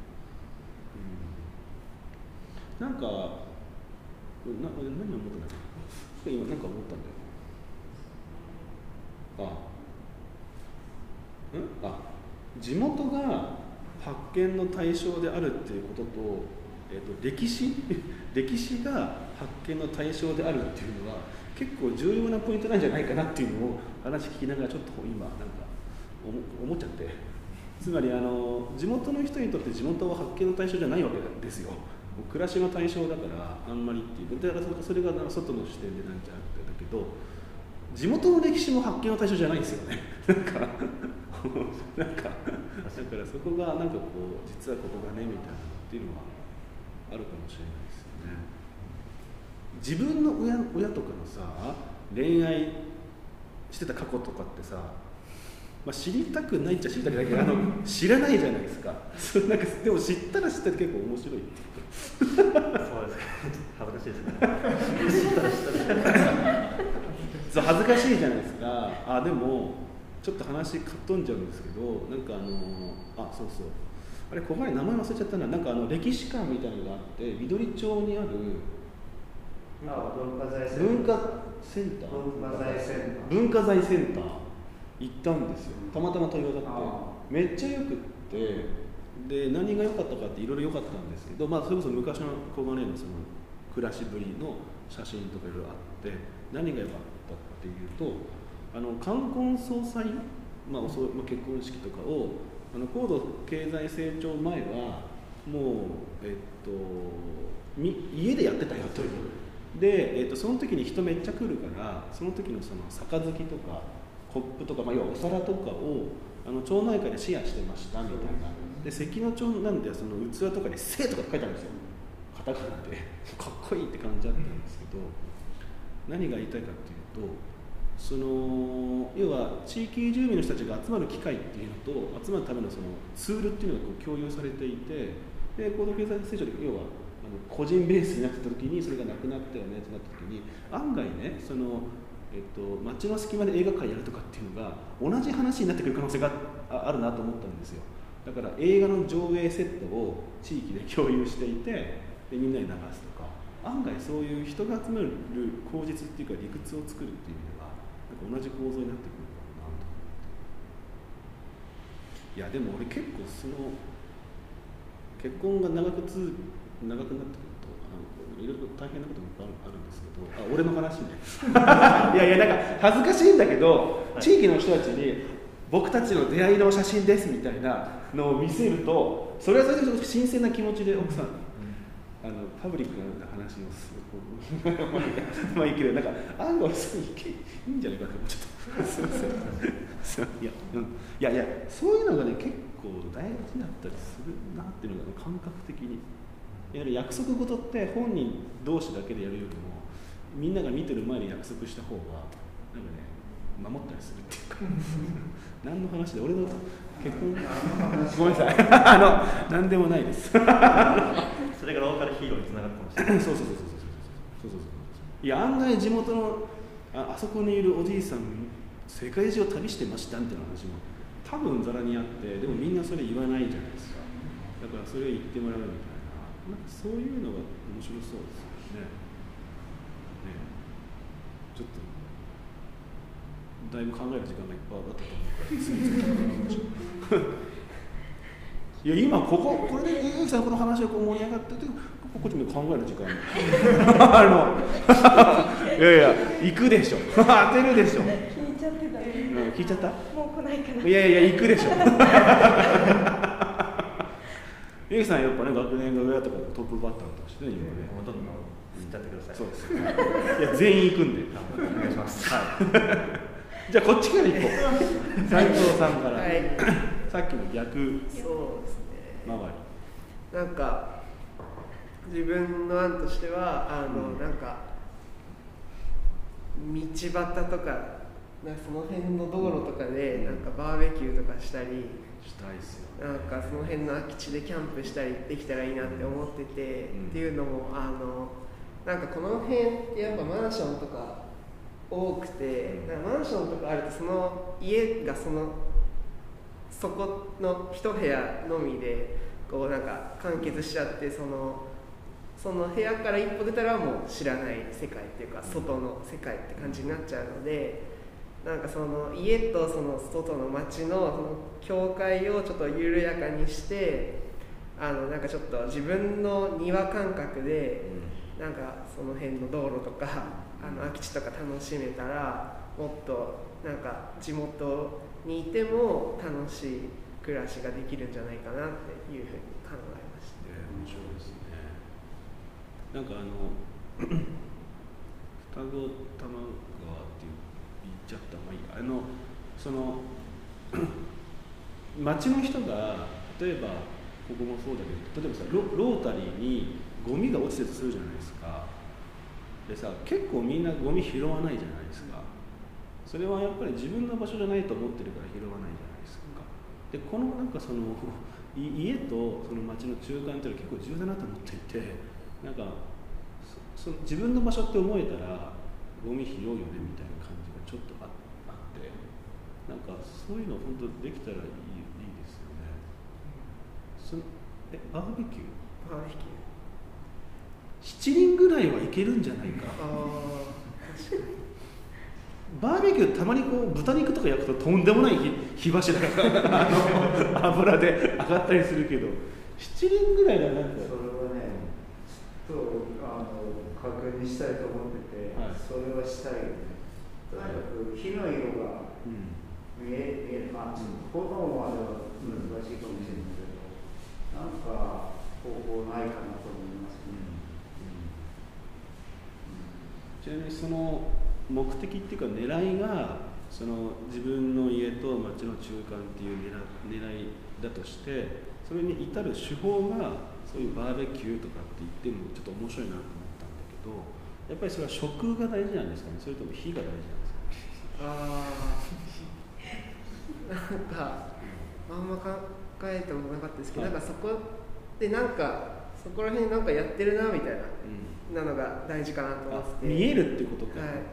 Speaker 1: うん、なんかな何を思ったんだっけ今なんか思ったんだよあんあ地元が発見の対象であるっていうことと、えー、と歴史歴史が発見の対象であるっていうのは結構重要なポイントなんじゃないかなっていうのを話聞きながらちょっと今なんか思っちゃって、つまりあの地元の人にとって地元は発見の対象じゃないわけですよ。暮らしの対象だからあんまりっていうだからそれが外の視点でなんちゃってだけど地元の歴史も発見の対象じゃないんですよね。なんかなんかだからそこがなんかこう実はここがねみたいなっていうのはあるかもしれないですよね。自分の 親, 親とかのさ恋愛してた過去とかってさまあ、知りたくないっちゃ知りたくないけどあの知らないじゃないですか。なんかでも知ったら知ったら結構面白いっていう
Speaker 7: そうです恥ずかしいですね知ったら知ったら
Speaker 1: そう恥ずかしいじゃないですか。あでもちょっと話かっ飛んじゃうんですけどなんかあのあそうそうあれ小金名前忘れちゃったな。なんかあの歴史館みたいなのがあって緑町にある
Speaker 3: あ文化財センター
Speaker 1: 文化センター
Speaker 3: 文化財センター
Speaker 1: 文化財センター行ったんですよ。たまたま問い渡ってめっちゃよくってで何が良かったかっていろいろ良かったんですけど、まあ、それこそ昔の小金井のその暮らしぶりの写真とかいろいろあって何が良かったっていうとあの冠婚葬祭、まあ、おそまあ、結婚式とかをあの高度経済成長前はもう、えっと、み家でやってたよというで、えっと、その時に人めっちゃ来るからその時のその杯とかコップとか、まあ、要はお皿とかをあの町内会でシェアしてましたみたいなで関の町なんでその器とかに「せ」とか書いてあるんですよカタカナでかっこいいって感じだったんですけど何が言いたいかっていうとその要は地域住民の人たちが集まる機会っていうのと集まるためのそのツールっていうのがこう共有されていてで高度経済成長で要はあの個人ベースになってた時にそれがなくなったよねってなった時に案外ねその、えっと、街の隙間で映画館やるとかっていうのが同じ話になってくる可能性があるなと思ったんですよだから映画の上映セットを地域で共有していてでみんなに流すとか案外そういう人が集まる口実っていうか理屈を作るっていう意味ではなんか同じ構造になってくるのかなと思っていやでも俺結構その結婚が長くつ長くなってくるとあのいろいろ大変なこともあるんですけどあ俺の話ねいやいやなんか恥ずかしいんだけど地域の人たちに僕たちの出会いの写真ですみたいなのを見せるとそれはそれで新鮮な気持ちで奥さんあのパブリックな話をするまあいいけどなんか案外そういいんじゃないかと思っちゃったすいませんいや、うん、いやいやそういうのがね結構大事だったりするなっていうのが、ね、感覚的にやはり約束事って本人同士だけでやるよりもみんなが見てる前に約束した方がなんかね守ったりするっていうか何の話で俺の結婚ごめんなさいあの何でもないですそれ
Speaker 7: がローカルヒーローにつながるかもしれない
Speaker 1: そうそうそうそうそうそうそうそういや案外地元の あ, あそこにいるおじいさん世界中を旅してましたみたいな話も多分ざらにあってでもみんなそれ言わないじゃないですかだからそれを言ってもらうみたいななんかそういうのが面白そうですよねねちょっとだいぶ考える時間がいっぱいあったと思うから次々次々いや今こここれでゆうきさんこの話がこう盛り上がっててこっちも考える時間あのいやいや行くでしょ当てるでしょ
Speaker 2: 聞いちゃってた、ね
Speaker 1: うん、聞いちゃった？
Speaker 2: もう来ないかな。
Speaker 1: いやいや行くでしょゆうきさんやっぱね学年が上だったからトップバッターとしてね今ね
Speaker 7: もうどんどん行っちゃってください
Speaker 1: そうですいや全員行くんで
Speaker 7: お願いします
Speaker 1: はいじゃあこっちから行こう斉藤さんから、はい、さっきの逆
Speaker 6: そうですね
Speaker 1: 周
Speaker 6: りなんか自分の案としてはあの、うん、なんか道端とかなんかその辺の道路とかで、うん、なんかバーベキューとかしたり
Speaker 1: したいっすよ、
Speaker 6: なんかその辺の空き地でキャンプしたりできたらいいなって思ってて、うん、っていうのもあのなんかこの辺ってやっぱマンションとか多くて、なんかマンションとかあるとその家がそのそこの一部屋のみでこうなんか完結しちゃってそのその部屋から一歩出たらもう知らない世界っていうか外の世界って感じになっちゃうので、なんかその家とその外の街のその境界をちょっと緩やかにしてあのなんかちょっと自分の庭感覚でなんかその辺の道路とかあの空き地とか楽しめたらもっとなんか地元にいても楽しい暮らしができるんじゃないかなっていうふうに考えました。
Speaker 1: えー、面白いですね。なんかあの双子玉川って言っちゃったまあいいあのその町の人が例えばここもそうだけど例えばさ ロ, ロータリーにゴミが落ちてるとするじゃないですか。でさ結構みんなゴミ拾わないじゃないですか。それはやっぱり自分の場所じゃないと思ってるから拾わないじゃないですか。でこのなんかその家とその町の中間っていうのは結構重要だなと思っていて、なんかそそ自分の場所って思えたらゴミ拾うよねみたいな感じがちょっと あ, あってなんかそういうの本当できたらいい、いいですよね。そえバーベキュー
Speaker 6: バーベキュー
Speaker 1: しちにんぐらいはいけるんじゃないか。
Speaker 6: あ確かに
Speaker 1: バーベキューたまにこう豚肉とか焼くととんでもない火柱があの油で上がったりするけどしちにんぐらいだなんか
Speaker 3: それはねちょっとあの確認したいと思ってて、はい、それはしたいよね。とにかく火の色が、
Speaker 1: うん、
Speaker 3: 見え見えまあ、ほとんどまでは難しいかもしれないけど、なんか方法ないかなと思いますね。
Speaker 1: ちなみにその目的っていうか狙いがその自分の家と町の中間っていう狙いだとして、それに至る手法がそういうバーベキューとかって言ってもちょっと面白いなと思ったんだけど、やっぱりそれは食が大事なんですかね、それとも火が大事なんですか。
Speaker 6: あなんかあんま考えてもなかったですけど、はい、なんかそこでなんかそこら辺なんかやってるなみたいな、うん、なのが大事かなと思ってて、
Speaker 1: 見えるってことか、
Speaker 6: はい、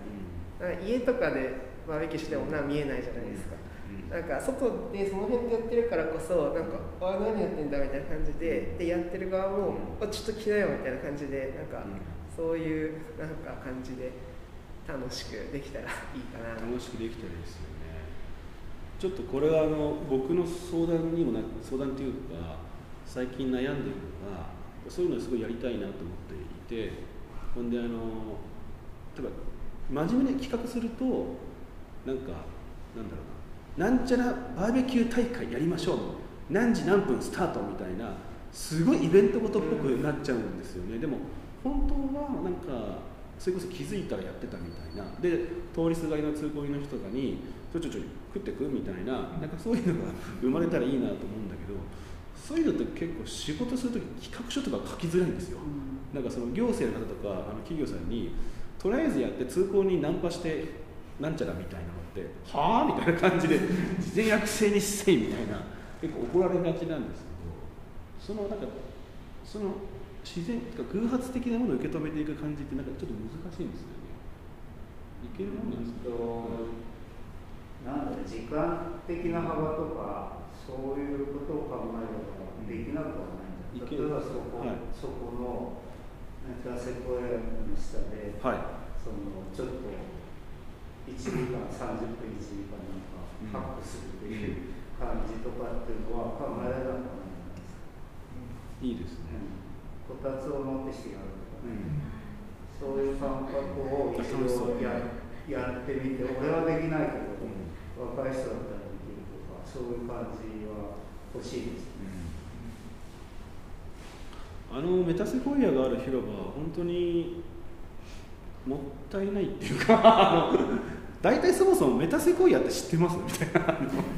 Speaker 6: うん、家とかでバーベキューしてもな見えないじゃないですか、うんうん、なんか外でその辺でやってるからこそなんかあ何やってんだみたいな感じで、でやってる側も、うん、ちょっと来なよみたいな感じでなんか、うん、そういうなんか感じで楽しくできたらいいかな。
Speaker 1: 楽しくできたらいいですよね。ちょっとこれはあの僕の相談にもな相談というか最近悩んでいるのが、そういうのをすごいやりたいなと思っていて、ほんであの例えば真面目に企画するとなんかなんだろうな、なんちゃらバーベキュー大会やりましょう、何時何分スタートみたいなすごいイベントごとっぽくなっちゃうんですよね。でも本当はなんかそれこそ気づいたらやってたみたいなで、通りすがりの通行人の人とかにちょちょちょ食ってくみたいな、なんかそういうのが生まれたらいいなと思うんだけど、そういうのって結構仕事するとき企画書とか書きづらいんですよ、うん、なんかその行政の方とかあの企業さんにとりあえずやって通行人ナンパしてなんちゃらみたいなのってはぁみたいな感じで事前約制にせいみたいな結構怒られがちなんですけど、そのなんかその自然とか偶発的なものを受け止めていく感じってなんかちょっと難しいんですよね。いけるもんなんですか。
Speaker 3: なんだろう、時間的な幅とかそういうことを考えればできなくはないんだ。例えばそこ、はい、そこのメタセコイアの下で、はい、そのちょっといちじかんさんじゅっぷんいちじかんなんかハックするという感じとかっていうのは考えられなくはないんですか。
Speaker 1: いいですね。
Speaker 3: こたつを持ってしてやるとかね、うん、そういう感覚を一度ややってみて、俺はできないけど、うん、若い人だったらできるとか、そういう感じは欲しいですね。
Speaker 1: うん、あのメタセコイアがある広場は本当にもったいないっていうかあの大体そもそもメタセコイアって知ってますみたいな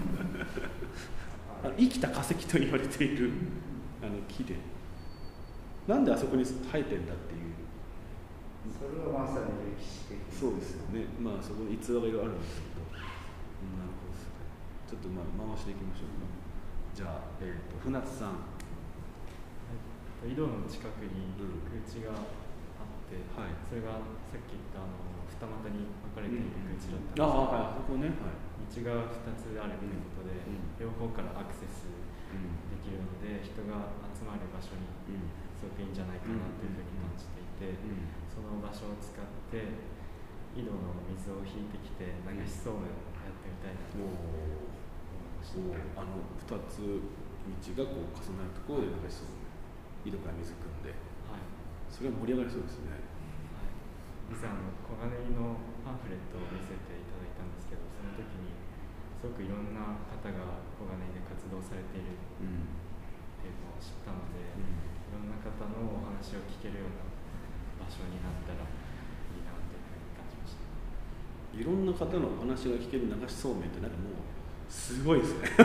Speaker 1: 生きた化石と言われているあの木で、なんであそこに生えてんだっていう、
Speaker 3: それはまさに歴史的。
Speaker 1: そうですよね。まあそこに逸話がいろいろあるんですけど、うん、なるほどですね。ちょっとまあ回していきましょうか。じゃあ、えーと、船津さん。
Speaker 5: 井戸の近くに空地があって、うん、はい、それがさっき言ったあの二股に分かれている空地だったんですけど、うん、ああ、そこね、はい、道がふたつあるということで、うん、両方からアクセスできるので、人が集まる場所にすごくいいんじゃないかなというふうに感じていて、うん、その場所を使って井戸の水を引いてきて流しそうめんをやってみたいなと思いました。
Speaker 1: あのふたつ道がこう重なるところで流しそうめん、井戸から水汲んで、はい、それは盛り上がりそうですね。
Speaker 5: はい、以前あの小金井のパンフレットを見せていただいたんですけど、その時にすごくいろんな方が小金井で活動されているっていうのを知ったので、うん、いろんな方のお話を聞けるような場所になったらいいなというふうに感じました。
Speaker 1: いろんな方のお話が聞ける流しそうめんってなんかもうすごいですね。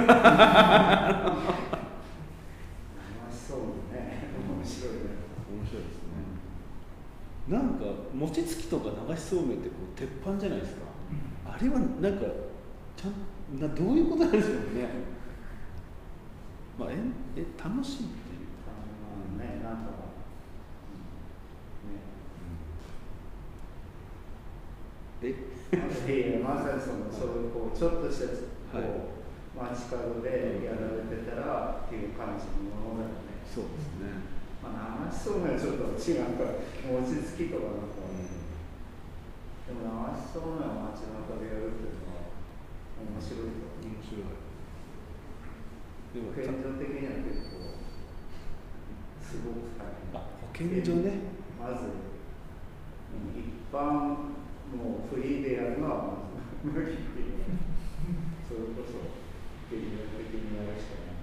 Speaker 3: そうね、面白いね。
Speaker 1: 面白いですね。なんか餅つきとか流しそうめんってこう鉄板じゃないですか。あれはなんかちゃんなどういうことなんですかね。まあええ楽しいっていうか、
Speaker 3: まあね、なんか、ね、え、いやまさにそのそういうこうちょっとしたこう、はい、街角でやられてたらっていう感じのものだよね。
Speaker 1: そうですね。
Speaker 3: まあ、流しそうめんはちょっと違うから餅つきとかなんか、うん、でも流しそうめんを街中でやるっていうのは面白いと。
Speaker 1: 面白い。
Speaker 3: でも保健所的には結構すごく大変。
Speaker 1: あ、保健所ね。
Speaker 3: まず一般もうフリーでやるのはまず無理っていうそういう的にやるしかない。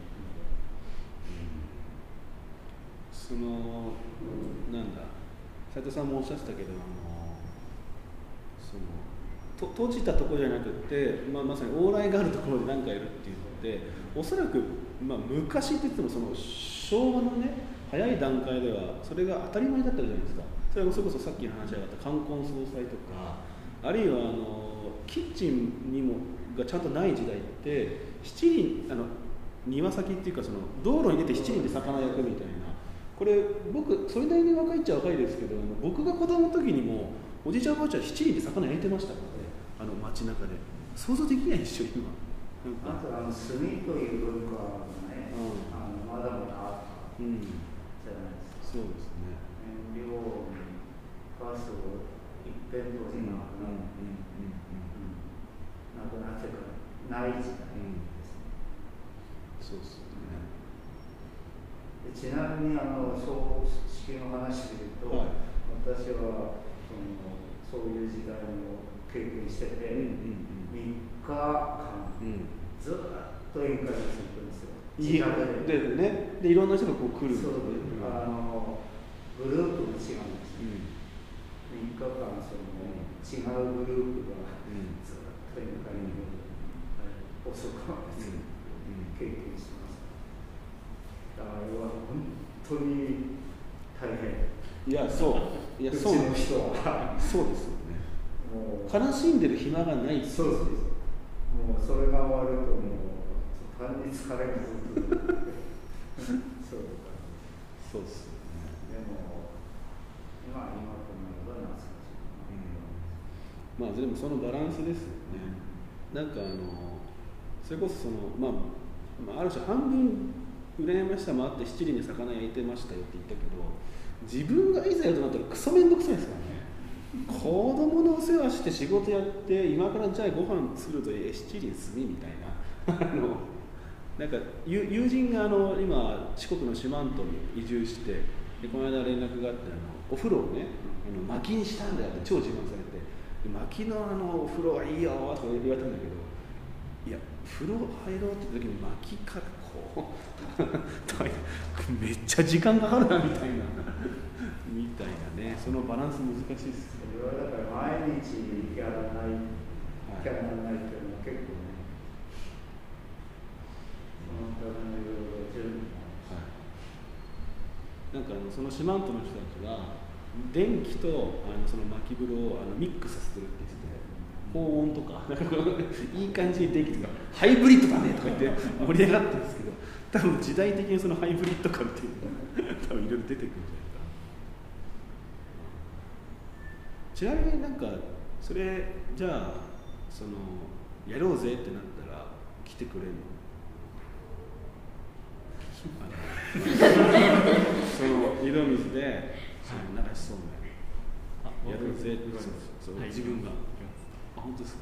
Speaker 1: そのなんだ斉藤さんもおっしゃってたけど、あのそのと閉じたところじゃなくて、まあ、まさに往来があるところで何かやるっていうのっておそらく、まあ、昔って言ってもその昭和のね早い段階ではそれが当たり前だったじゃないですか。それはそれこそさっきの話があった冠婚葬祭とか、あるいはあのキッチンにもがちゃんとない時代って七輪あの庭先っていうかその道路に出て七輪で魚焼くみたいな、これ僕それなりに若いっちゃ若いですけど、あの僕が子供の時にもおじいちゃんおばあちゃん七輪で魚焼いてましたからね、あの街中で。想像できないでしょ今。
Speaker 3: なんかあとあの炭という文化がね、うん、あのまだまだあったじゃないですか。
Speaker 1: そうですね。
Speaker 3: 燃料にガスを一辺倒になくなくなってからない時代ですね。
Speaker 1: そうですね。
Speaker 3: ちなみにあの葬式の話でいうと、はい、私はそのそういう時代を経験してて、うんうんうん、みっかかん、うん、ずっと宴会が続くんですよ。
Speaker 1: 自宅で。でね、でいろんな人がこう来るんですよね。
Speaker 3: あのグループも違うんですよ。うん、みっかかんその、うん、違うグループがずっと宴会に遅くまで、うん、経験してます。あれは本当に大変。
Speaker 1: いやそういやそう
Speaker 3: うちの人は
Speaker 1: そうですよね。もう悲しんでる暇がない。
Speaker 3: そうです。もうそれが終わるともう単に疲れがずっとそう
Speaker 1: そうですよね。
Speaker 3: でも今今となれば懐かしい、
Speaker 1: うん、まあでもそのバランスですよね。なんかあのそれこそそのまあ、まあ、ある種半分羨ましさもあって七輪で魚焼いてましたよって言ったけど、自分がいざやるとなったらクソめんどくさいですからね。子供のお世話して仕事やって今からじゃあご飯作るとえ七輪炭みたいなあのなんか友人があの今四国の四万十に移住して、でこの間連絡があってあのお風呂をねあの薪にしたんだよって超自慢されて、薪のあのお風呂はいいよとか言われたんだけど、いや風呂入ろうって時に薪からこうめっちゃ時間かかるなみたいなみたいなね、そのバランス難しいです。
Speaker 3: それはだから毎日やらない、はい、やらないっていうのは結構ね、そのためのいろいろ準備もあ
Speaker 1: るし、はい、なんかあのその四万十の人たちは電気とあのその薪風呂をあのミックスさせてるって言ってて、高温とかなんかこのいい感じに電気とかハイブリッドだねとか言って盛り上がってるんですけど、多分時代的にそのハイブリッド感っていうのが多分いろいろ出てくるんじゃない。ちなみになんかそれじゃあそのやろうぜってなったら来てくれるの？その井戸水でその流しそうめんやろうぜって、そうそう、はい、自分があ本当です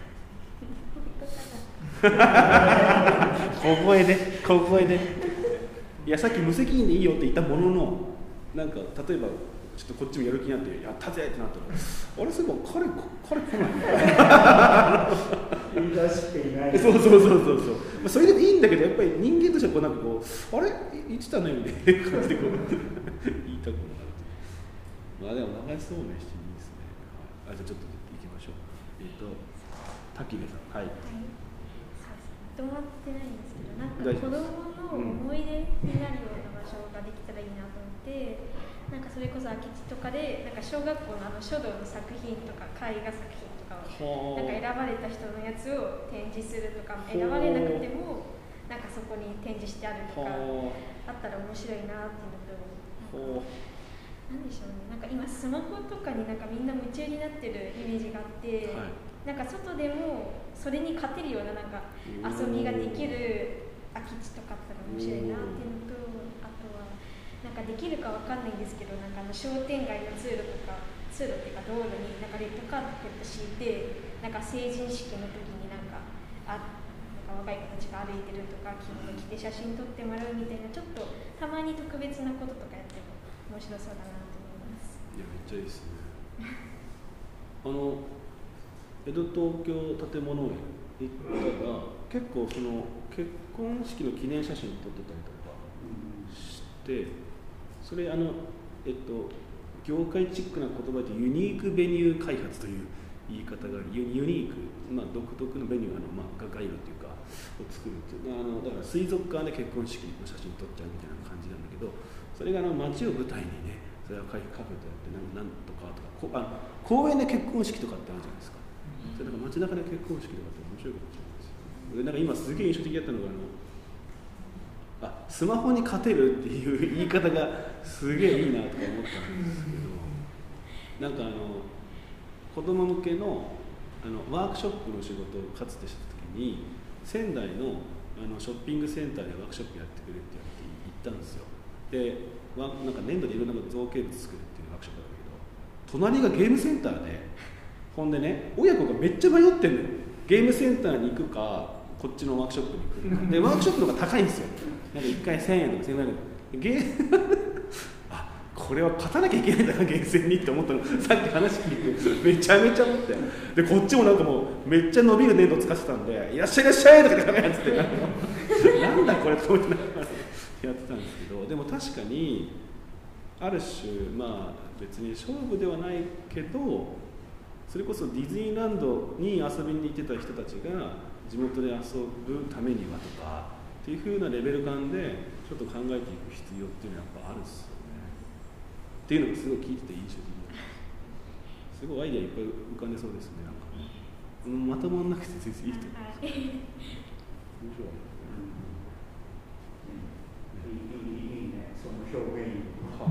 Speaker 1: か？小声で小声でいやさっき無責任でいいよって言ったものの、なんか例えばちょっとこっちもやる気になってやったぜってなったら、あれそういえば彼彼来ないみたいな
Speaker 3: 言い出していない。
Speaker 1: そうそうそうそうそう、まあ、それでもいいんだけど、やっぱり人間としてはこうなんかこうあれ言ってたねみたいな感じでこう言いたくなる。まあでも流しそうめんしていいですね。はい、あじゃあちょっと行きましょう。えっ、ー、と滝部さん、はい。はい、
Speaker 2: 止まってないんですけど、なんか子供の思い出になるような場所ができたらいいなと思って。なんかそれこそ空き地とかでなんか小学校のあの書道の作品とか絵画作品とかをなんか選ばれた人のやつを展示するとか、選ばれなくてもなんかそこに展示してあるとかあったら面白いなっていうのと、なんでしょうね、なんか今スマホとかになんかみんな夢中になってるイメージがあって、はい、なんか外でもそれに勝てるようななんか遊びができる空き地とかあったら面白いなっていうのと、なんかできるかわかんないんですけど、なんかあの商店街の通路とか通路っていうか道路になんかレッドカーペット敷いて、なんか成人式の時になんかあなんか若い子たちが歩いてるとか着物着て写真撮ってもらうみたいな、ちょっとたまに特別なこととかやっても面白そうだなと思います。
Speaker 1: いやめっちゃいいですね。あの江戸東京建物園行ったら結構その結婚式の記念写真撮ってたりとかして、それあのえっと業界チックな言葉でユニークベニュー開発という言い方がある。ユニーク、まあ、独特のベニューの、まあ、街路っていうかを作るっていう、あのだから水族館で結婚式の写真撮っちゃうみたいな感じなんだけど、それがあの街を舞台にね、それはカフェとやってなんとかとかこあ公園で結婚式とかってあるじゃないですか。それなんか街中で結婚式とかって面白いかもしれないですよ。なんか今すげえ印象的だったのがあのあスマホに勝てるっていう言い方がすげえいいなとか思ったんですけど、なんかあの子供向けのあのワークショップの仕事をかつてした時に仙台のあのショッピングセンターでワークショップやってくれって言われて行ったんですよ。でわなんか粘土でいろんな造形物作るっていうワークショップだったけど、隣がゲームセンターで、ほんでね親子がめっちゃ迷ってんのよ。ゲームセンターに行くかこっちのワークショップに行くかで、ワークショップの方が高いんですよ。なんかいっかいせんえんとかせんごひゃくえんゲーあこれは勝たなきゃいけないんだな、ゲーム戦にって思ったの。さっき話聞いてめちゃめちゃ思って、でこっちもなんかもうめっちゃ伸びる粘土使ってたんで、いらっしゃいいらっしゃいとかでダメやつってなんだこれと思ってやってたんですけど、でも確かにある種まあ別に勝負ではないけど、それこそディズニーランドに遊びに行ってた人たちが地元で遊ぶためにはとかっていう風なレベル感でちょっと考えていく必要っていうのはやっぱあるんですよね。っていうのがすごい聞いてて印象的です。すごいアイデアいっぱい浮かんでそうですね。なんかね、うん、まとまんなくて全然いいと思います。面白い。
Speaker 3: いいね、その表現。
Speaker 1: は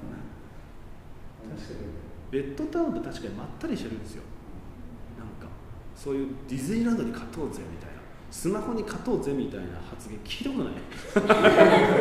Speaker 1: 確かにベッドタウンって確かにまったりしてるんですよ。なんかそういうディズニーランドに勝とうぜみたいな、スマホに勝とうぜみたいな発言聞いたことない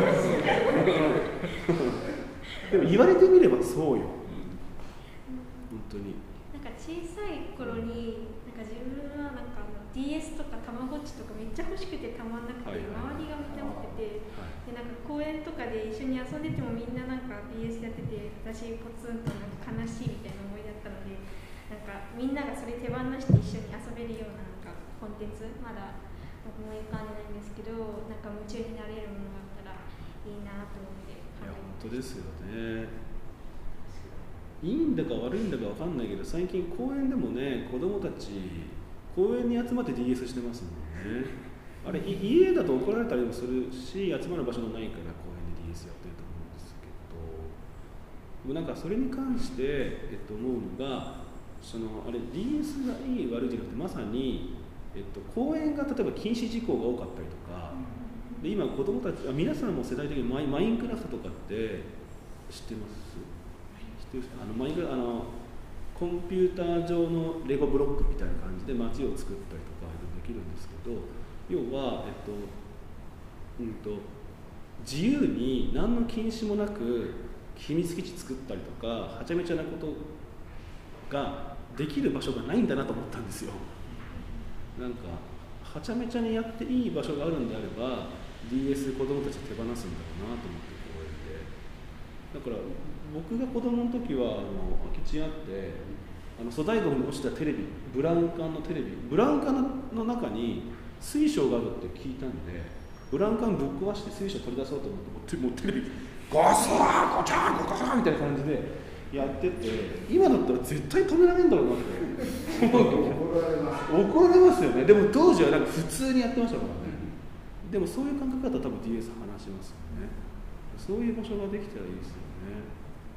Speaker 1: でも言われてみればそうよ、本当に。
Speaker 2: なんか小さい頃になんか自分はなんかあの ディーエス とかたまごっちとかめっちゃ欲しくてたまんなくて、はいはい、周りがめっちゃ持ってて、はい、でなんか公園とかで一緒に遊んでてもみんななんか ディーエス やってて、私ポツンとなんか悲しいみたいな思いだったので、なんかみんながそれ手放して一緒に遊べるようななんかコンテンツまだ思い浮かんでないんですけど、なんか夢中になれるものがあったらいいなと思って考えてました。
Speaker 1: いや本当ですよね。いいんだか悪いんだか分かんないけど、最近公園でもね、子供たち公園に集まって ディーエス してますもんね。あれ家だと怒られたりもするし、集まる場所がないから公園で ディーエス やってると思うんですけど、なんかそれに関して、えっと、思うのが、そのあれ ディーエス がいい悪いじゃなくて、まさに、えっと、公園が例えば禁止事項が多かったりとかで、今子供たちあ皆さんも世代的にマイマインクラフトとかって知ってます？知ってる？あのマインクラあのコンピューター上のレゴブロックみたいな感じで街を作ったりとかできるんですけど、要は、えっとうんと、自由に何の禁止もなく秘密基地作ったりとかはちゃめちゃなことができる場所がないんだなと思ったんですよ。なんかはちゃめちゃにやっていい場所があるんであれば ディーエス 子供たち手放すんだろうなと思って公園で。だから僕が子供の時はあの空き地あってあの粗大ゴミに落ちたテレビ、ブラウン管のテレビ、ブラウン管の中に水晶があるって聞いたんで、ブラウン管ぶっ壊して水晶取り出そうと思ってもうテレビゴソーゴチャーゴチャーみたいな感じでやってて、今だったら絶対止められるんだろうなって思うと怒られます。怒られますよね。でも当時はなんか普通にやってましたからね。でもそういう感覚だったら多分 ディーエス 話しますよね。そういう場所ができたらいいですよね。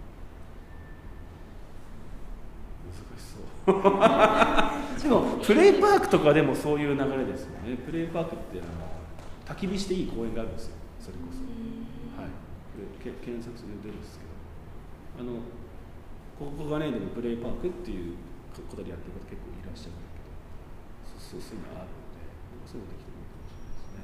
Speaker 1: 難しそうでもプレイパークとかでもそういう流れですよね。プレイパークってあの焚き火していい公園があるんですよ。それこそ、はい、け検索すると出るんですけど、あのここがねでもプレイパークっていうことでやってる方結構いらっしゃるんだけど、そうそういうのあるので、そういうのできてもいいかもしれないですね。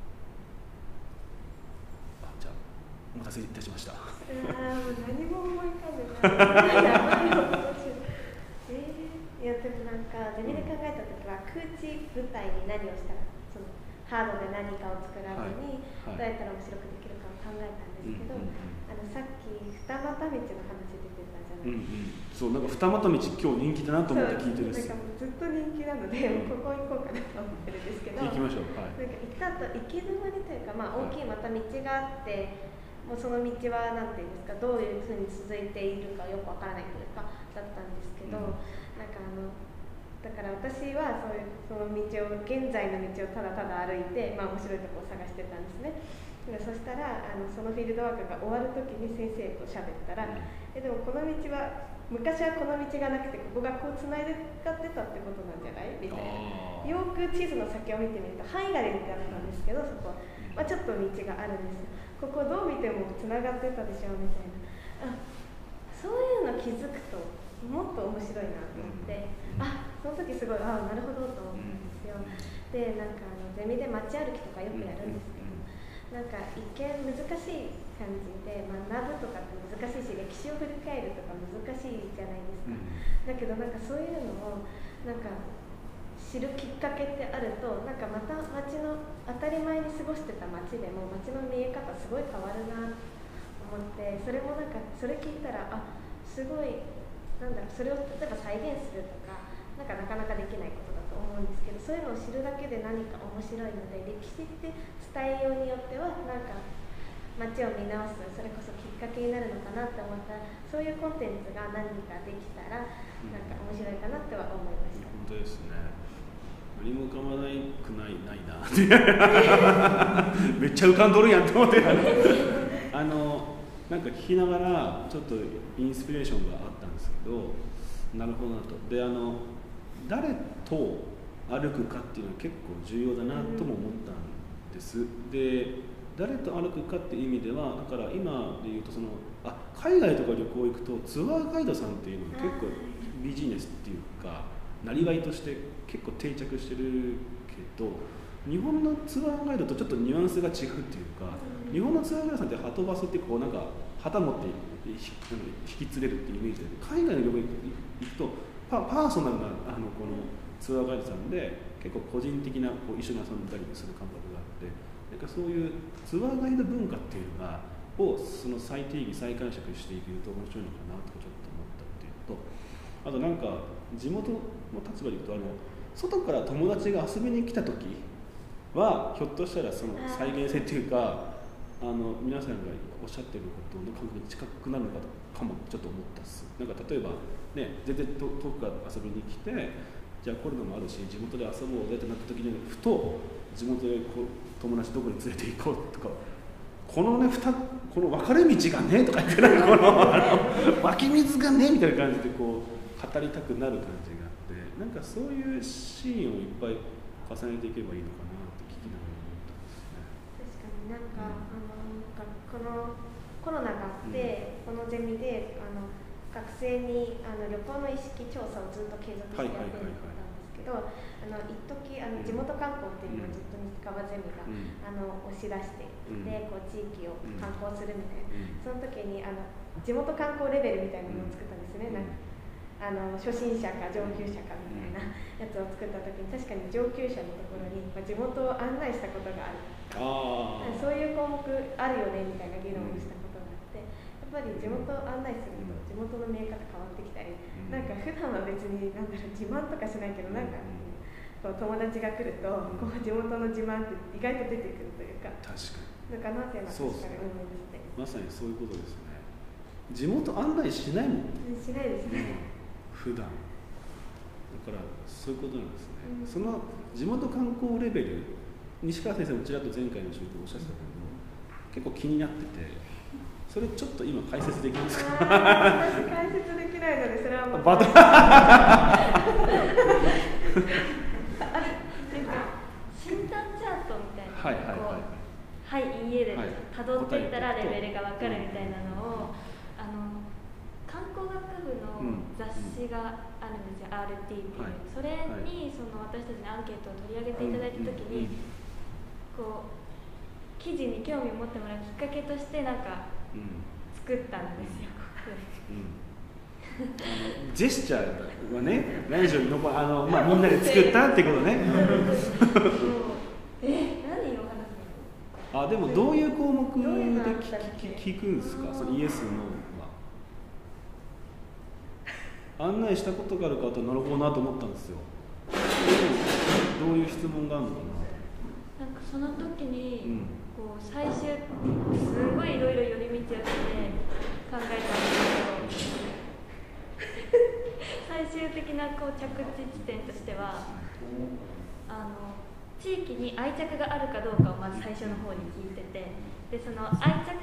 Speaker 1: あ、じゃあお待たせいたしました。
Speaker 2: あもう何も思い浮かんでないいやでもなんかゼミで考えた時は空地舞台に何をしたらそのハードで何かを作らずにどうやったら面白くできるかを考えたんですけど、あのさっきき二股道の話出てたじゃないですか。
Speaker 1: うんうん、そうなんか二股道今日人気だなと思って聞いてるんですよ。
Speaker 2: なんかずっと人気なので、うん、ここ行こうかなと思ってるんですけど。
Speaker 1: 行きましょう。はい。
Speaker 2: なんか行った後行き止まりというか、まあ大きいまた道があって、もうその道はなんていうんですか、どういうふうに続いているかよくわからないというかだったんですけど、うん、なんかあのだから私はそういうその道を現在の道をただただ歩いて、まあ面白いところを探してたんですね。そしたらあのそのフィールドワークが終わるときに先生と喋ったら、うん、えでもこの道は昔はこの道がなくてここがこうつないで使ってたってことなんじゃないみたいな。よく地図の先を見てみると範囲が出てあったんですけど、そこは、まあ、ちょっと道があるんですよ。ここどう見てもつながってたでしょみたいな。あ、そういうの気づくともっと面白いなと思って、うん、あ、その時すごいあなるほどと思ったんですよ。でなんかあのゼミで街歩きとかよくやるんですけど、なんか一見難しい感じで、まあ、学ぶとかって難しいし、歴史を振り返るとか難しいじゃないですか。だけどなんかそういうのをなんか知るきっかけってあると、なんかまた街の当たり前に過ごしてた街でも街の見え方すごい変わるなと思って、それもなんかそれ聞いたらあすごいなんだろう、それを例えば再現するとかなんかなかなかできないことだと思うんですけど、そういうのを知るだけで何か面白いので、歴史って伝えようによってはなんか街を見直すそれこそきっかけになるのかなって思ったら、そういうコンテンツが何かできたらなんか面白いかなっては思いました。
Speaker 1: 本当ですね。何も浮かばないくないないなってめっちゃ浮かんどるやんと思ってあのなんか聞きながらちょっとインスピレーションがあったんですけど、なるほどなと。であの誰と歩くかっていうのは結構重要だなとも思ったんです。で誰と歩くかっていう意味では、だから今で言うとそのあ海外とか旅行行くとツアーガイドさんっていうのは結構ビジネスっていうかなりわいとして結構定着してるけど、日本のツアーガイドとちょっとニュアンスが違うっていうか、日本のツアーガイドさんってはとバスってこうなんか旗持って引き連れるっていうイメージで、海外の旅行行くとパパーソナルなあのこのツアーガイドさんで結構個人的なこう一緒に遊んだりする感覚があって、なんかそういうツアーガイド文化っていうのがをその再定義再解釈していけると面白いのかなとちょっと思ったっていうと、あとなんか地元の立場で言うとあの外から友達が遊びに来た時はひょっとしたらその再現性っていうか、あの皆さんがおっしゃってることの感覚に近くなるのかかもちょっと思ったっす。なんか例えばね、全然遠くから遊びに来て、じゃあコロナもあるし地元で遊ぼうぜってなった時にふと地元でこう友達どこに連れて行こうとか、このねふたこの分かれ道がねとか言ってなんかこのあの湧き水がねみたいな感じでこう語りたくなる感じがあって、なんかそういうシーンをいっぱい重ねていけばいいのかなって聞きながら思ったんですね。
Speaker 2: 確かになんか、うん、あのこのコロナがあって、うん、このゼミであの学生にあの旅行の意識調査をずっと継続してやってるんですけど、あの一時あの地元観光っていうのをずっと西川ゼミが、うん、あの押し出していて、うん、こう地域を観光するみたいな、うん、その時にあの地元観光レベルみたいなのを作ったんですよね。なんかあの初心者か上級者かみたいなやつを作った時に、確かに上級者のところに、まあ、地元を案内したことがある、あそういう項目あるよねみたいな議論をしたことがあって、やっぱり地元を案内すると地元の見え方変わってきたり、なんか普段は別になんだろう自慢とかしないけど、なんかこう友達が来るとこう地元の自慢って意外と出てくるというか、
Speaker 1: 確かに
Speaker 2: のかなっていうのは確かに思いますね。
Speaker 1: まさにそういうことですね。地元案内しないもん。
Speaker 2: しないですね。
Speaker 1: 普段だからそういうことなんですね、うん、その地元観光レベル、西川先生もちらっと前回の収録おっしゃってたけど、結構気になってて、それちょっと今解説できますか？
Speaker 2: 私解説できないので、それはもう
Speaker 1: バト
Speaker 2: 診断チャートみたいな、
Speaker 1: はいはいはい
Speaker 2: はい、いいえでたどっていったらレベルが分かるみたいなのを、あの観光学部の雑誌があるんですよ、うん、アールティー っていう、はい、それにその私たちのアンケートを取り上げていただいたときに、こう記事に興味を持ってもらうきっかけとしてなんか作ったんですよ、
Speaker 1: うんうん、あのジェスチャーはね、ラジオに残あの、まあ、みんなで作ったってことね。
Speaker 2: え、何を話すの？
Speaker 1: あ、でもどういう項目で聞くんですか、そのイエスのは。案内したことがあるかとなるほどなと思ったんですよ。どういう質問があるのか
Speaker 2: な。なんかその時に、うん、こう最終すごいいろいろ寄り道をして考えたんですけど最終的なこう着地地点としてはあの地域に愛着があるかどうかをまず最初の方に聞いてて、でその愛着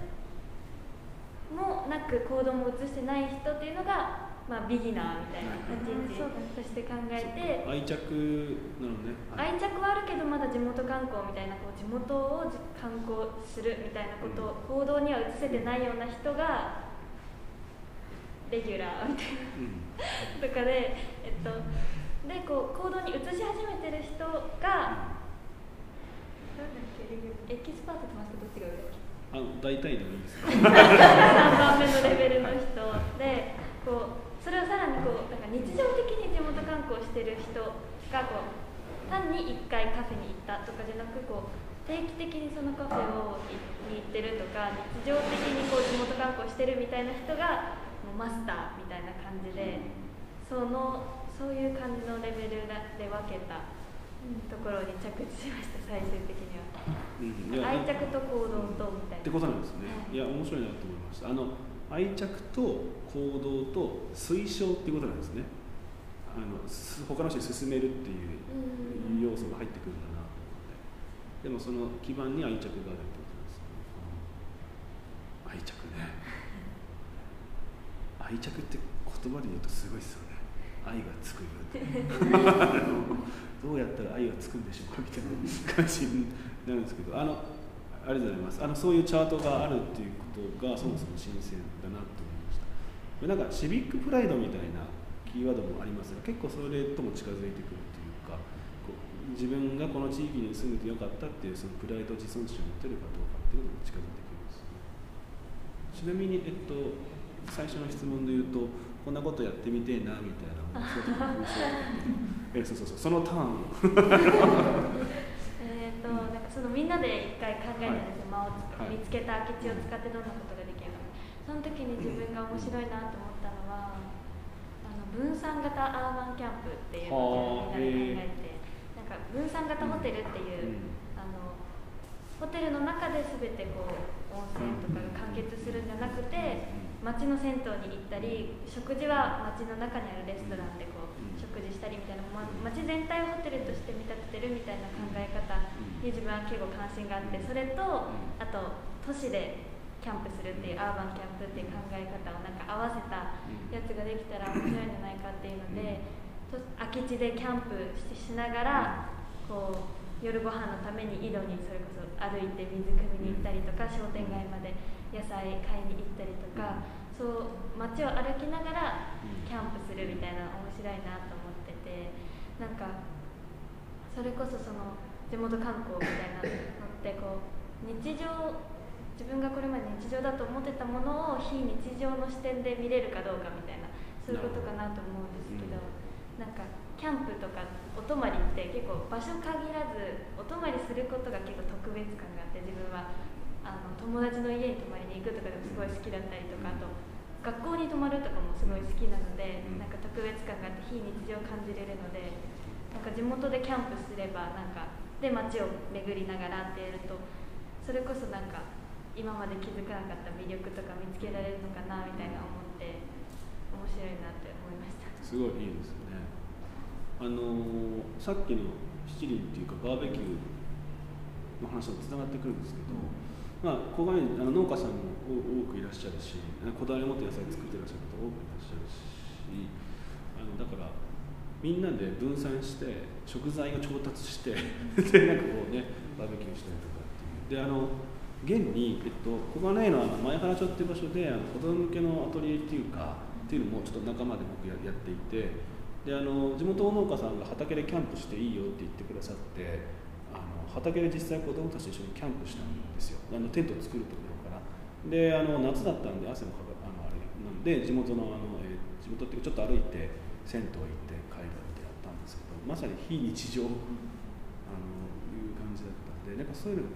Speaker 2: もなく行動も移してない人っていうのが、まあ、ビギナーみたいな立ち位置として考えて、
Speaker 1: 愛着なのね、
Speaker 2: 愛着はあるけどまだ地元観光みたいなこう地元を観光するみたいなことを行動には移せてないような人がレギュラーみたいな、うん、とかで、えっと、でこう行動に移し始めてる人が、なんだっけ、エキスパートとマスターどっちが上だっけ？
Speaker 1: あの大体でもいいですか。
Speaker 2: さんばんめのレベルの人で、こうそれをさらにこうなんか日常的に地元観光してる人がこう単にいっかいカフェに行ったとかじゃなく、こう定期的にそのカフェをに行ってるとか、日常的にこう地元観光してるみたいな人がもうマスターみたいな感じで、そのそういう感じのレベルで分けたところに着地しました、最終的には。うん、愛着と行動とみたいな。
Speaker 1: ってことなんですね。はい、いや面白いなと思いました。あの愛着と行動と推奨っていうことなんですね。あの他の人に進めるっていう要素が入ってくるんだなと思って。でもその基盤に愛着があるってことですね。愛着ね。愛着って言葉で言うとすごいですよね。愛がつくよってどうやったら愛がつくんでしょうかみたいな感じになるんですけど、あのありがとうございます。あのそういうチャートがあるっていうことがそもそも新鮮だなと思いました。なんかシビックプライドみたいなキーワードもありますが、結構それとも近づいてくるというか、こう自分がこの地域に住んでてよかったっていうそのプライド自尊心を持てるかどうかっていうことも近づいてくるんですね。ちなみに、えっと、最初の質問で言うと、こんなことやってみてえなみたいなえそうそうそう、そのターン
Speaker 2: えっとなんかそのみんなで一回考えたんですよ、間を見つけた空き地を使ってどんなことができるか。その時に自分が面白いなと思ったのは、あの分散型アーバンキャンプっていうのをみんなで考えて、なんか分散型ホテルっていう、あのホテルの中で全てこう温泉とかが完結するんじゃなくて、町の銭湯に行ったり、食事は町の中にあるレストランでこう食事したりみたいな、ま、町全体をホテルとして見立ててるみたいな考え方に自分は結構関心があって、それとあと都市でキャンプするっていうアーバンキャンプっていう考え方をなんか合わせたやつができたら面白いんじゃないかっていうので、と空き地でキャンプしながらこう夜ご飯のために井戸にそれこそ歩いて水汲みに行ったりとか、商店街まで野菜買いに行ったりとか、そう街を歩きながらキャンプするみたいな面白いなと思ってて、なんかそれこそその地元観光みたいなのってこう日常、自分がこれまで日常だと思ってたものを非日常の視点で見れるかどうかみたいな、そういうことかなと思うんですけど、なんかキャンプとかお泊まりって結構場所限らずお泊まりすることが結構特別感があって、自分はあの友達の家に泊まりに行くとかでもすごい好きだったりとか、あと学校に泊まるとかもすごい好きなので、なんか特別感があって非日常を感じれるので、なんか地元でキャンプすればなんかで街を巡りながらってやると、それこそなんか今まで気づかなかった魅力とか見つけられるのかなみたいな思って面白いなって思いました。
Speaker 1: すごいいいですね。あのー、さっきの七輪っていうかバーベキューの話とつながってくるんですけど、まあ、小金井あの農家さんも多くいらっしゃるし、こだわりを持って野菜作ってらっしゃる方多くいらっしゃるし、あのだからみんなで分散して食材を調達してでなんかこうねバーベキューしたりとかっていうで、あの現に、えっと、小金井のあの前原町っていう場所であの子供向けのアトリエっていうかっていうのもちょっと仲間で僕ややっていて、であの地元農家さんが畑でキャンプしていいよって言ってくださって、あの畑で実際子供たちと一緒にキャンプしたんですよ。あのテントを作るところからで、あの夏だったんで汗もかかあのあれなんで地元のあの、えー、地元っていうかちょっと歩いて銭湯行って帰るってやったんですけど、まさに非日常あのいう感じだったんで、なんかそういうのが結構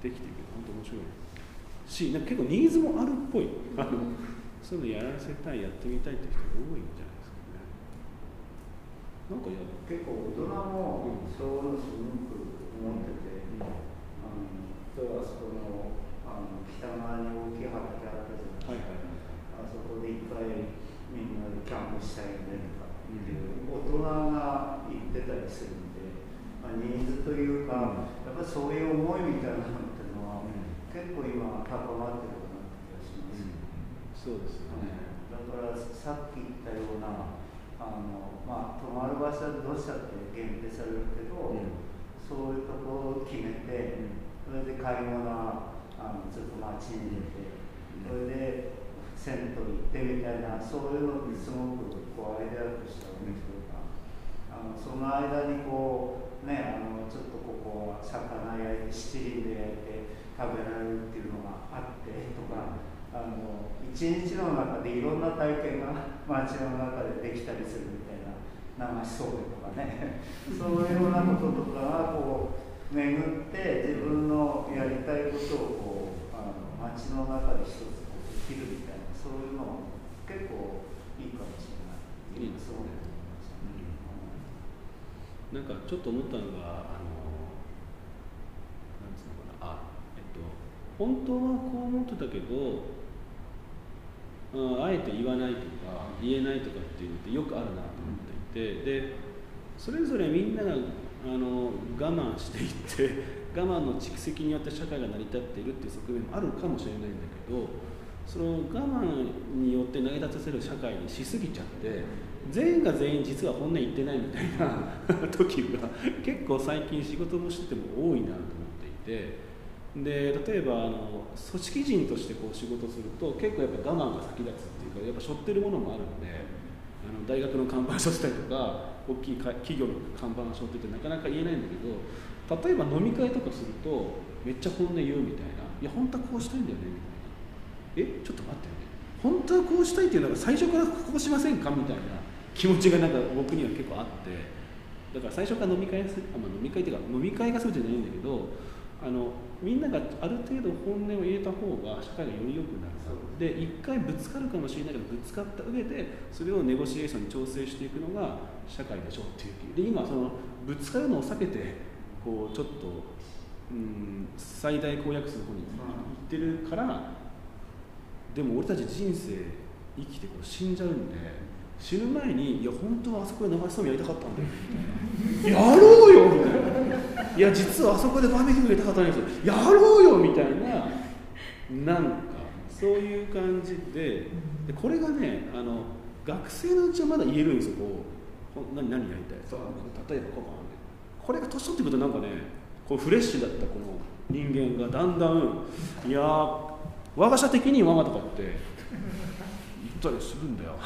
Speaker 1: できていくと本当面白いし、なんか結構ニーズもあるっぽい、あのそういうのやらせたい、やってみたいって人が多いんじゃないですかね。なんかや
Speaker 3: 結構大人もそういうのすごく思ってて、うん、あの例えばそこのあの北側に大きい畑あったじゃないですか、はいはいはい、あそこで一回みんなでキャンプしたいよねとかっていう大人が言ってたりするんで、まあ、ニーズというか、うん、やっぱりそういう思いみたいなのっていうのは、うん、結構今高まってるかなって気がします、
Speaker 1: うん、そうですよね、
Speaker 3: だからさっき言ったようなあの、まあ、泊まる場所はどうしたって限定されるけど、うん、そういうところを決めて、うん、それで買い物はあのちょっと街に出て、うん、それで銭湯行ってみたいな、そういうのってすごくこうアイデアとしては面白いか、あのその間にこうね、あのちょっとここは魚焼いて七輪で焼いて食べられるっていうのがあってとか、あの一日の中でいろんな体験が街の中でできたりするみたいな、流しそうめんとかねそういうようなこととかがこう巡って自分のやりたいことをこうあの街の中で一つこうできるみたいな、そういうの結構いいかもしれない。いいですね。
Speaker 1: なんかちょっと思ったのが、あのなんつうのかな、あ、えっと本当はこう思ってたけど、あ, あえて言わないとか言えないとかっていうのってよくあるなと思っていて、でそれぞれみんながあの我慢していって我慢の蓄積によって社会が成り立っているっていう側面もあるかもしれないんだけど、その我慢によって成り立たせる社会にしすぎちゃって全員が全員実は本音言ってないみたいな時が結構最近仕事もしてても多いなと思っていて、で例えばあの組織人としてこう仕事すると結構やっぱ我慢が先立つっていうか、やっぱ背負ってるものもあるので、あの大学の看板背負ったりとか大きい企業の看板を背負っててなかなか言えないんだけど、例えば飲み会とかするとめっちゃ本音言うみたいな、いや本当はこうしたいんだよねみたいな、えちょっと待ってよね、本当はこうしたいっていうのが最初からこうしませんかみたいな気持ちがなんか僕には結構あって、だから最初から飲み会する、あ、まあ、飲み会っていうか飲み会がそうじゃないんだけど、あのみんながある程度本音を言えた方が社会がより良くなる。で一回ぶつかるかもしれないけどぶつかった上でそれをネゴシエーションに調整していくのが社会でしょっていう。で今そのぶつかるのを避けてこうちょっと、うん、最大公約数の方に行ってるから、でも俺たち人生生きてこう死んじゃうんで、死ぬ前にいや本当はあそこで流しそうめんやりたかったんだよみたいなやろうよみたいな、いや実はあそこでバーベキューやりたかったんですよ、やろうよみたいな、なんかそういう感じ で, でこれがね、あの学生のうちはまだ言えるんですよ。こう何何やりたい、例えばこうこれが年取ってくるとなんかね、こうフレッシュだったこの人間がだんだんいや我が社的にママとかって言ったりするんだよ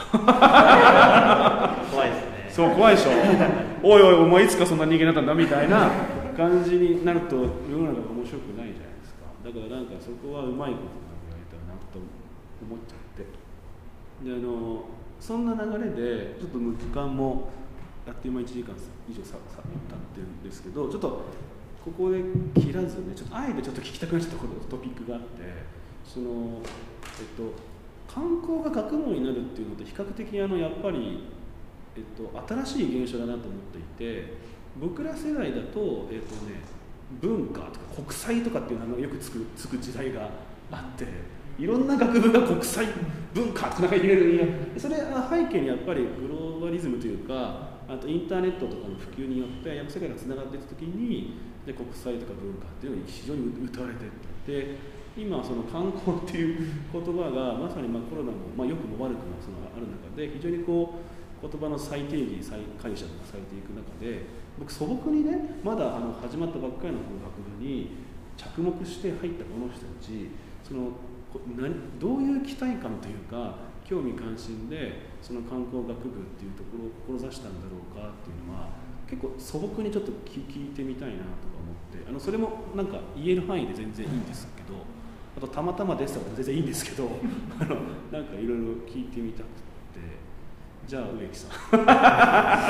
Speaker 7: 怖いですね。
Speaker 1: そう怖いでしょおいおいお前いつかそんな人間だったんだみたいな感じになると世の中が面白くないじゃないですか。だからなんかそこはうまいことなんか言われたらなと思っちゃって、であのそんな流れでちょっともう時間もあっという間いちじかん以上ささ経ってるんですけど、ちょっとここで切らずね、ちょっとあえてちょっと聞きたくなっちゃったトピックがあって、そのえっと観光が学問になるっていうのと比較的あのやっぱり、えっと、新しい現象だなと思っていて、僕ら世代だと、えっとね、文化とか国際とかっていう名前がよくつく、つく時代があって、いろんな学部が国際文化とか言える、それは背景にやっぱりグローバリズムというか、あとインターネットとかの普及によってやっぱ世界がつながっていった時にで国際とか文化っていうのに非常に歌われていって、今その観光っていう言葉がまさにまあコロナも、まあ、良くも悪くもそのある中で非常にこう言葉の再定義再解釈がされていく中で、僕素朴にね、まだあの始まったばっかりのこの学部に着目して入ったこの人たち、その何どういう期待感というか興味関心でその観光学部っていうところを志したんだろうかっていうのは結構素朴にちょっと聞いてみたいなとか思って、あのそれもなんか言える範囲で全然いいんですけど、あとたまたまですとか全然いいんですけどあのなんかいろいろ聞いてみたくて、じゃあ植木さん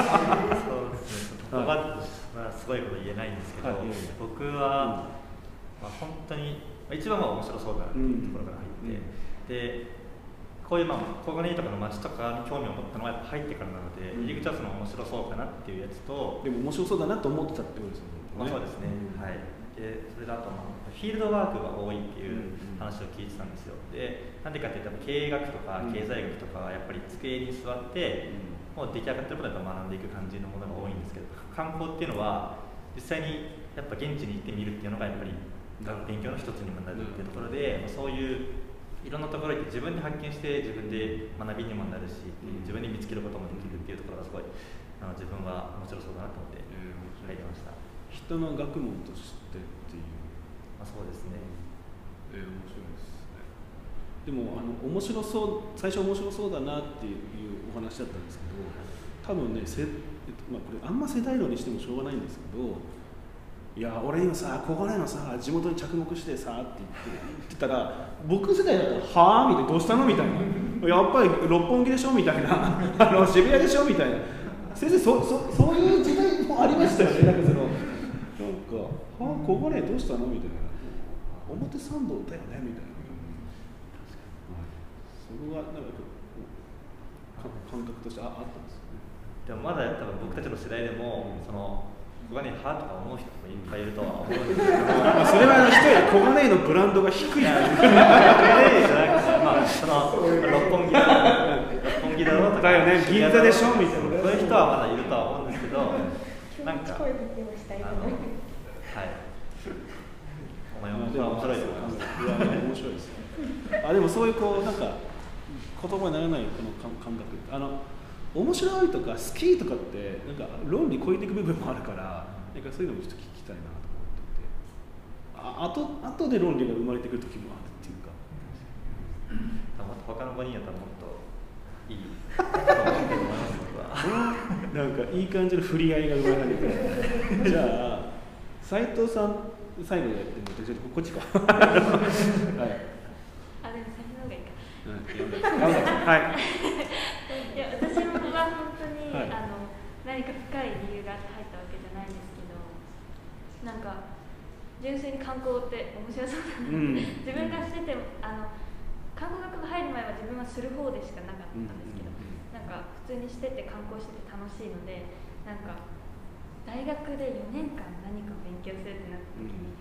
Speaker 7: そうですね、言葉はすごいこと言えないんですけど、はい、僕はまあ、本当に一番は面白そうだなっていうところから入って、うん、でこういうまあ小金井とかの街とかに興味を持ったのはやっぱ入ってからなので、うん、入り口はその面白そうかなっていうやつと、
Speaker 1: でも面白そうだなと思ってたってことですよね。
Speaker 7: まあ、そうですね、うん、はい。でそれだとフィールドワークが多いっていう話を聞いてたんですよ。でなんでかっていうと経営学とか経済学とかはやっぱり机に座って、うん、もう出来上がってることを学んでいく感じのものが多いんですけど、観光っていうのは実際にやっぱ現地に行ってみるっていうのがやっぱり勉強の一つにもなるっていうところで、うん、そういういろんなところに自分で発見して自分で学びにもなるし、うん、自分で見つけることもできるっていうところがすごいあの自分は面白そうだなと思って入りました。
Speaker 1: 人の学問としてっていう、
Speaker 7: あ、そうですね、
Speaker 1: えー、面白いですね。でもあの面白そう最初面白そうだなっていうお話だったんですけど、多分ねせ、まあ、これあんま世代論にしてもしょうがないんですけど、いや俺今さ小金井のさ地元に着目してさって言って言ってたら、僕世代だったらはあみたいな、どうしたのみたいなやっぱり六本木でしょみたいなあの渋谷でしょみたいな、先生 そ, そ, そういう時代もありましたよね。なんかそのなんかはあ小金井どうしたのみたいな、表参道だよねみたいな、それはなんか感覚として あ, あったんですよね。
Speaker 7: でもまだ多分僕たちの世代でも、うん、その小金井はとか思う人もいっぱいいるとは思うんですけど
Speaker 1: それは一人小金井のブランドが低いから小金
Speaker 7: 井じゃなくて、まあ、その六本木だ六本木だろうとか
Speaker 1: だよね、銀座でしょみたいな、
Speaker 7: そういう人はまだいるとは思うんですけど、なんか
Speaker 2: 声出てましたよね。
Speaker 7: はい。お前面白いですよ。
Speaker 1: いや面白いですよ。あでもそういうこうなんか言葉にならないこの感覚、あの面白いとか好きとかってなんか論理超えていく部分もあるから、なんかそういうのもちょっと聞きたいなと思ってて、ああと後で論理が生まれてくる時もあるっていうか。
Speaker 7: 他のごにんやったらもっといいと思うけど思います僕は。
Speaker 1: なんかいい感じの振り合いが生まれてじゃあ斉藤さん最後でやってみて、こっちかはい、
Speaker 2: あでも先の方がいいか
Speaker 1: はい
Speaker 2: いや私もは本当に、はい、あの何か深い理由があって入ったわけじゃないんですけど、なんか純粋に観光って面白そうだなって、うん、自分がしててあの観光学部入る前は自分はする方でしかなかったんですけど、うんうんうん、なんか普通にしてて観光してて楽しいので、なんか大学でよねんかん何か勉強するってなった時に、うん、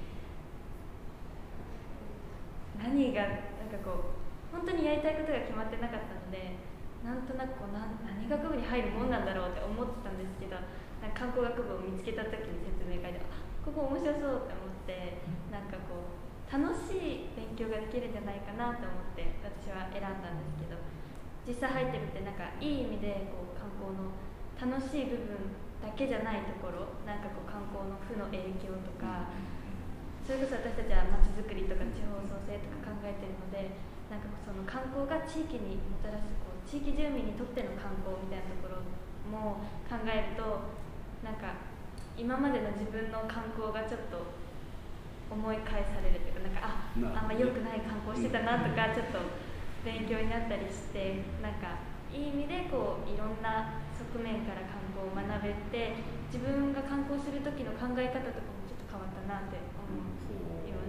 Speaker 2: 何がなんかこう本当にやりたいことが決まってなかったので、なんとなくこう 何, 何学部に入るもんなんだろうって思ってたんですけど、なんか観光学部を見つけた時に説明会であここ面白そうって思って、なんかこう楽しい勉強ができるんじゃないかなと思って私は選んだんですけど、実際入ってみてなんかいい意味でこう観光の楽しい部分だけじゃないところ、なんかこう観光の負の影響とか、それこそ私たちはまちづくりとか地方創生とか考えてるので、なんかその観光が地域にもたらすこう地域住民にとっての観光みたいなところも考えると、なんか今までの自分の観光がちょっと思い返されるというか、なんかああんま良くない観光してたなとかちょっと勉強になったりして、なんかいい意味でこういろんな側面から観光を学べて、自分が観光する時の考え方とかもちょっと変わったなって思います。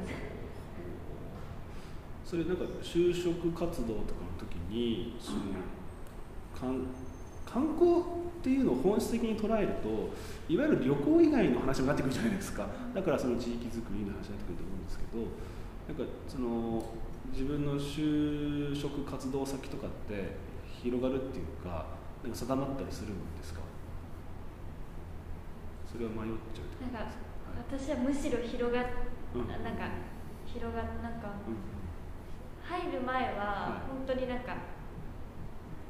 Speaker 1: それなんか就職活動とかの時にその観光っていうのを本質的に捉えると、いわゆる旅行以外の話になってくるじゃないですか。だからその地域づくりの話になってくると思うんですけど、なんかその自分の就職活動先とかって広がるっていうか、なんか定まったりするんですか？それは迷っちゃう。
Speaker 2: なんか、はい、私はむしろ広がっ、うん、なんか広がなんか、うん、入る前は本当になんか、はい、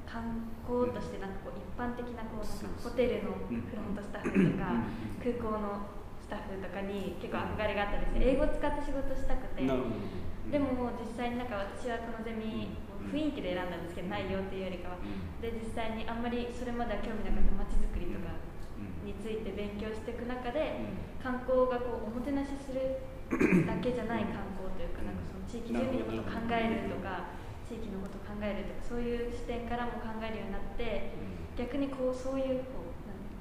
Speaker 2: 観光としてなんかこう一般的なこうなんかホテルのフロントスタッフとか、うん、空港のスタッフとかに結構憧れがあったんですよ。英語を使って仕事したくて、でも実際になんか私はこのゼミ雰囲気で選んだんですけど、内容っていうよりかは、で実際にあんまりそれまでは興味なかった街づくりとかについて勉強していく中で、観光がこうおもてなしするだけじゃない観光というか、なんかその地域住民のことを考えるとか、地域のことを考えるとか、そういう視点からも考えるようになって、逆にこうそういうこう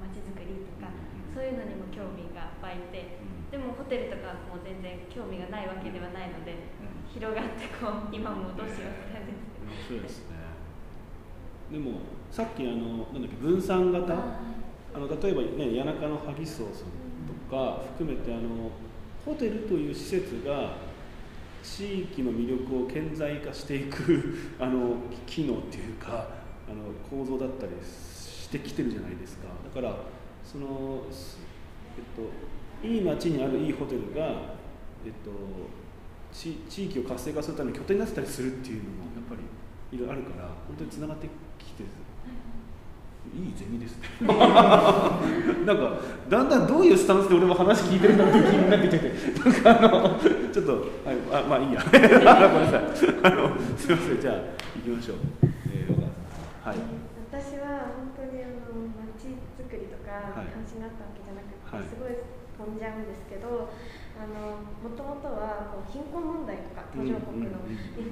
Speaker 2: 街づくりとか、そういうのにも興味が湧いて、でもホテルとかも全然興味がないわけではないので、広がってこう今もどうしようって感じですけど。
Speaker 1: そうですね。でもさっきあのなんだっけ分散型、あの例えばね谷中の萩荘さんとか含めてあのホテルという施設が地域の魅力を顕在化していくあの機能っていうかあの構造だったりしてきてるじゃないですか。だからその、えっと、いい街にあるいいホテルが、えっと、地, 地域を活性化するために拠点になってたりするっていうのもやっぱりいろいろあるから本当につながってきていいゼミですねなんかだんだんどういうスタンスで俺も話聞いてるんだっていう気になってきててなんかあのちょっと、はい、あまあいいやごめんなさいあのすいませんじゃあ行きましょう、えー、はい、
Speaker 2: 私は本当にあの街づくりとか関心があったわけじゃなくて、はい、すごい飛んじゃうんですけどあのもともとはこう貧困問題とか途上国の、うんうんうん、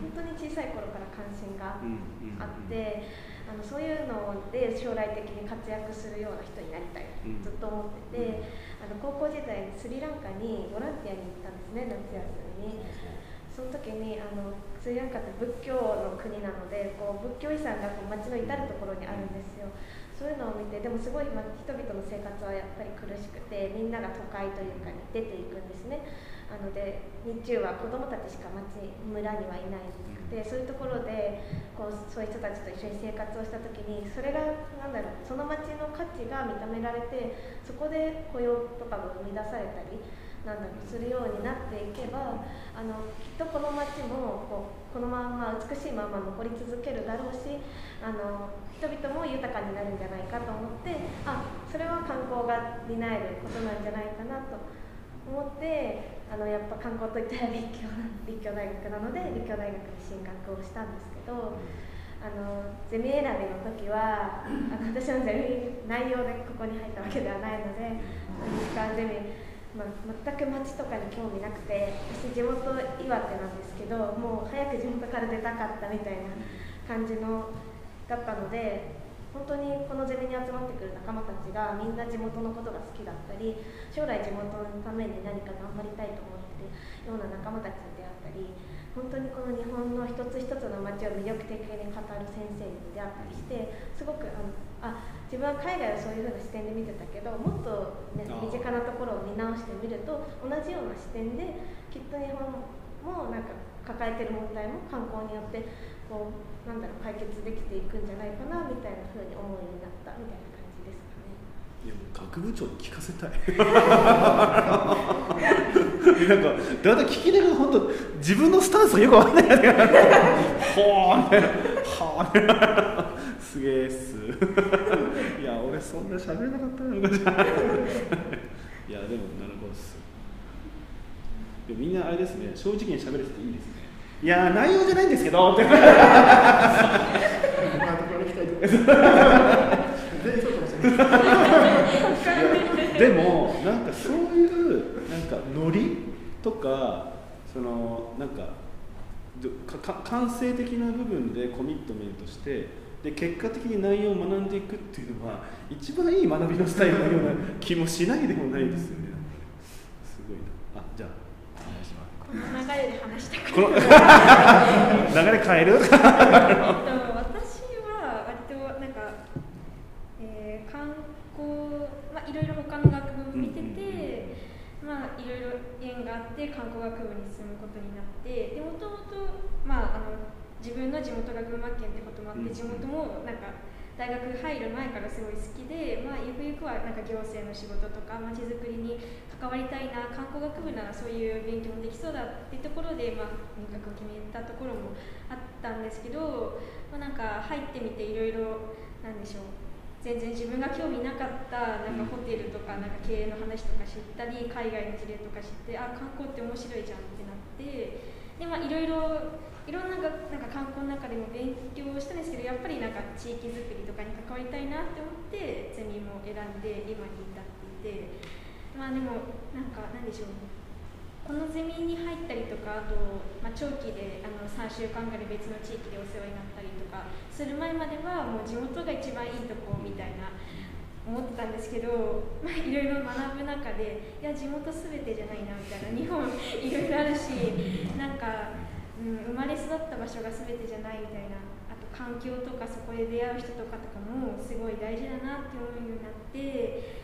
Speaker 2: 本当に小さい頃から関心があって、うんうんうんあのそういうので将来的に活躍するような人になりたいとずっと思ってて、あの高校時代にスリランカにボランティアに行ったんですね、夏休みに。その時にあのスリランカって仏教の国なのでこう仏教遺産がこう街の至るところにあるんですよ。そういうのを見てでもすごい、ま、人々の生活はやっぱり苦しくてみんなが都会というかに出ていくんですね。なので日中は子どもたちしか町村にはいないでそういうところでこうそういう人たちと一緒に生活をした時にそれがなんだろうその町の価値が認められてそこで雇用とかが生み出されたりなんだろうするようになっていけばあのきっとこの町もこうこのまま美しいまま残り続けるだろうしあの人々も豊かになるんじゃないかと思ってあそれは観光が担えることなんじゃないかなと思ってあのやっぱ観光といったら立教立教大学なので立教大学に進学をしたんですけどあのゼミ選びの時はあの私のゼミ内容でここに入ったわけではないので日韓ゼミ、まあ、全く町とかに興味なくて私地元岩手なんですけどもう早く地元から出たかったみたいな感じのだったので本当にこのゼミに集まってくる仲間たちがみんな地元のことが好きだったり将来地元のために何か頑張りたいと思っているような仲間たちに出会ったり本当にこの日本の一つ一つの街を魅力的に語る先生に出会ったりしてすごくあのあ自分は海外をそういう風な視点で見てたけどもっと、ね、身近なところを見直してみると同じような視点できっと日本もなんか抱えている問題も観光によってこうなんだろう解決できていくんじゃないかなみたいな風に思うようになったみたいな感じですかね。
Speaker 1: いやもう学部長に聞かせたいなんかだんだん聞きながら本当自分のスタンスがよくわかんないほーみたいなはーみたいなすげえっすいや俺そんな喋れなかったな昔いやでもなるほどっすでもみんなあれですね正直に喋れてていいですねいや内容じゃないんですけどってでもなんかそういうなんかノリとかそのなんかか感性的な部分でコミットメントしてで結果的に内容を学んでいくっていうのは一番いい学びのスタイルのような気もしないでもないですよね。すごいな。あ、じゃあお願いします。
Speaker 2: この流れで話したく
Speaker 1: この流れ変える？
Speaker 2: 私は割となんか、えー、観光まあいろいろ他の学部を見てて、うんうんうん、まあいろいろ縁があって観光学部に進むことになってでもともとまああの自分の地元が群馬県ってこともあって地元もなんか大学入る前からすごい好きで、まあ、ゆくゆくはなんか行政の仕事とか街づくりに関わりたいな観光学部ならそういう勉強もできそうだっていうところで、まあ、入学を決めたところもあったんですけど、まあ、なんか入ってみていろいろなんでしょう全然自分が興味なかったなんかホテルとかなんか経営の話とか知ったり海外の事例とか知ってあ観光って面白いじゃんってなってで、まあ、いろいろいろんな、なんか観光の中でも勉強したんですけどやっぱりなんか地域づくりとかに関わりたいなって思ってゼミも選んで今に至っていてまあでもなんかなんでしょうこのゼミに入ったりとかあと、まあ、長期であのさんしゅうかんぐらい別の地域でお世話になったりとかする前まではもう地元が一番いいとこみたいな思ってたんですけど、まあ、いろいろ学ぶ中でいや地元すべてじゃないなみたいな、日本いろいろあるしなんか、うん、生まれ育った場所がすべてじゃないみたいな、あと環境とかそこで出会う人とかとかもすごい大事だなって思うようになって、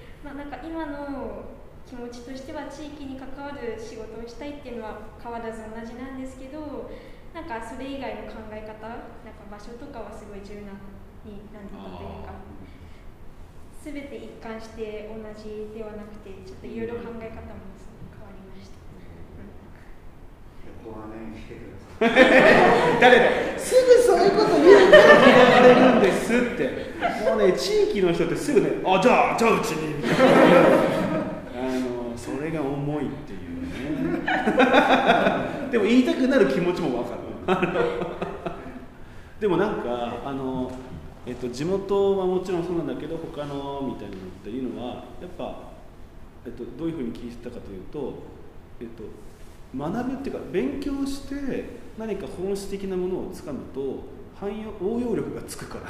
Speaker 2: まあ、なんか今の気持ちとしては地域に関わる仕事をしたいっていうのは変わらず同じなんですけど、なんかそれ以外の考え方、なんか場所とかはすごい柔軟になったというか、すべて一貫して同じではなくて、ちょっといろいろ考え方も変わりました。
Speaker 3: ここはね、来てください。
Speaker 1: 誰だ、すぐそういうこと言うられるんですって。もうね、地域の人ってすぐね、あ、じゃあ、じゃあうちにみたいな。あの、それが重いっていうね。でも言いたくなる気持ちもわかる。でもなんか、あの、えっと、地元はもちろんそうなんだけど、他のみたいなのっていうのは、やっぱ、えっと、どういうふうに聞いてたかというと、えっと、学ぶっていうか勉強して何か本質的なものをつかむと汎用応用力がつくから、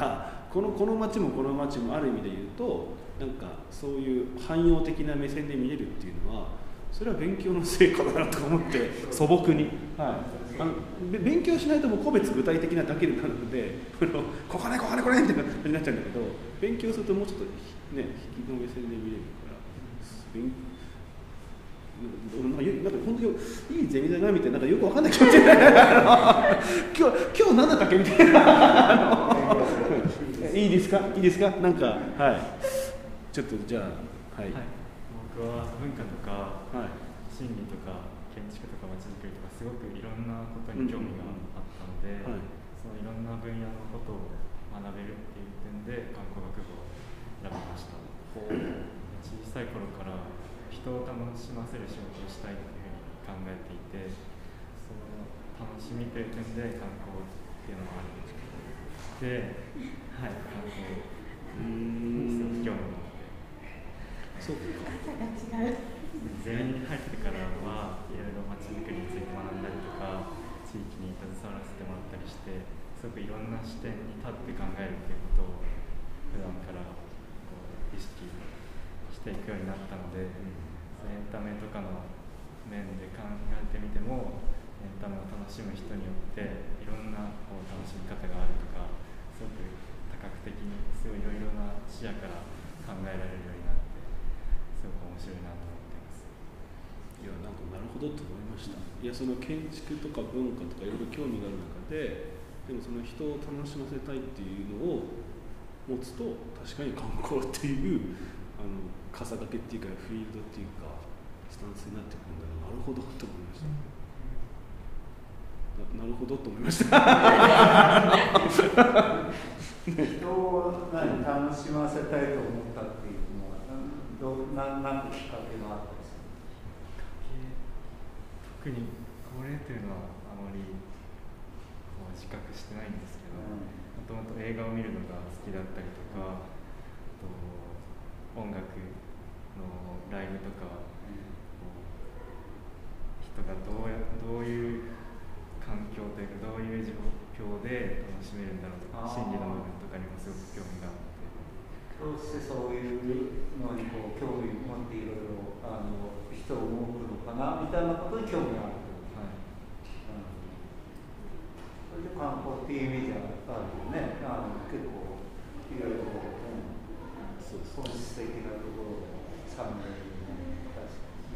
Speaker 1: このこの町もこの町もある意味で言うとなんかそういう汎用的な目線で見れるっていうのは、それは勉強の成果だなと思って素朴に、はい、あの勉強しないともう個別具体的なだけになるので、ここねここねこれみたいな感じになっちゃうんだけど、勉強するともうちょっとね引きの目線で見れるから勉なんかなんか本当にいいゼミだなみたいな、なんかよくわかんない気持ちになる今日今日何だったっけみたいないいですかいいですかなんかはいちょっとじゃあはい、はい、
Speaker 5: 僕は文化とか、
Speaker 1: はい、
Speaker 5: 心理とか建築とか街づくりとかすごくいろんなことに興味があったので、うんうんうん、はい、そのいろんな分野のことを学べるっていう点で観光学部を選びました。小さい頃から人を楽しませる仕事をしたいというふうに考えていて、その楽しみという点で観光っていうのがあるんですけど、で、はい、観光すごく興味があって、そうか、ゼミに入ってからはいろいろ街づくりについて学んだりとか、地域に携わらせてもらったりして、すごくいろんな視点に立って考えるということを普段からこう意識していくようになったので、エンタメとかの面で考えてみても、エンタメを楽しむ人によっていろんなこう楽しみ方があるとか、すごく多角的にすごいいろいろな視野から考えられるようになって、すごく面白いなと思っています。
Speaker 1: いや、なんかなるほどと思いました。いや、その建築とか文化とかいろいろ興味がある中で、でもその人を楽しませたいっていうのを持つと、確かに観光っていうあの傘掛けっていうかフィールドっていうかスタンスになってくるんだな。なるほどと思いました。な, なるほどと思いました。
Speaker 3: 人を何楽しませたいと思ったっていうのはどな何きっかけがあったんですか？
Speaker 5: 特にこれというのはあまりこう自覚してないんですけど、もともと映画を見るのが好きだったりとか、あと音楽のライブとか、うん、人がどうやどういう環境というかどういう状況で楽しめるんだろうとか、心理の部分とかにもすごく興味があって、
Speaker 3: どうしてそういうのにこう興味を持っていろいろあの人を動くのかなみたいなことに興味がある。はい、うん、それで観光っていう意味じゃあるよね。あの結構いろいろ、うん、本質的なところを掴んでいるのね。確かに。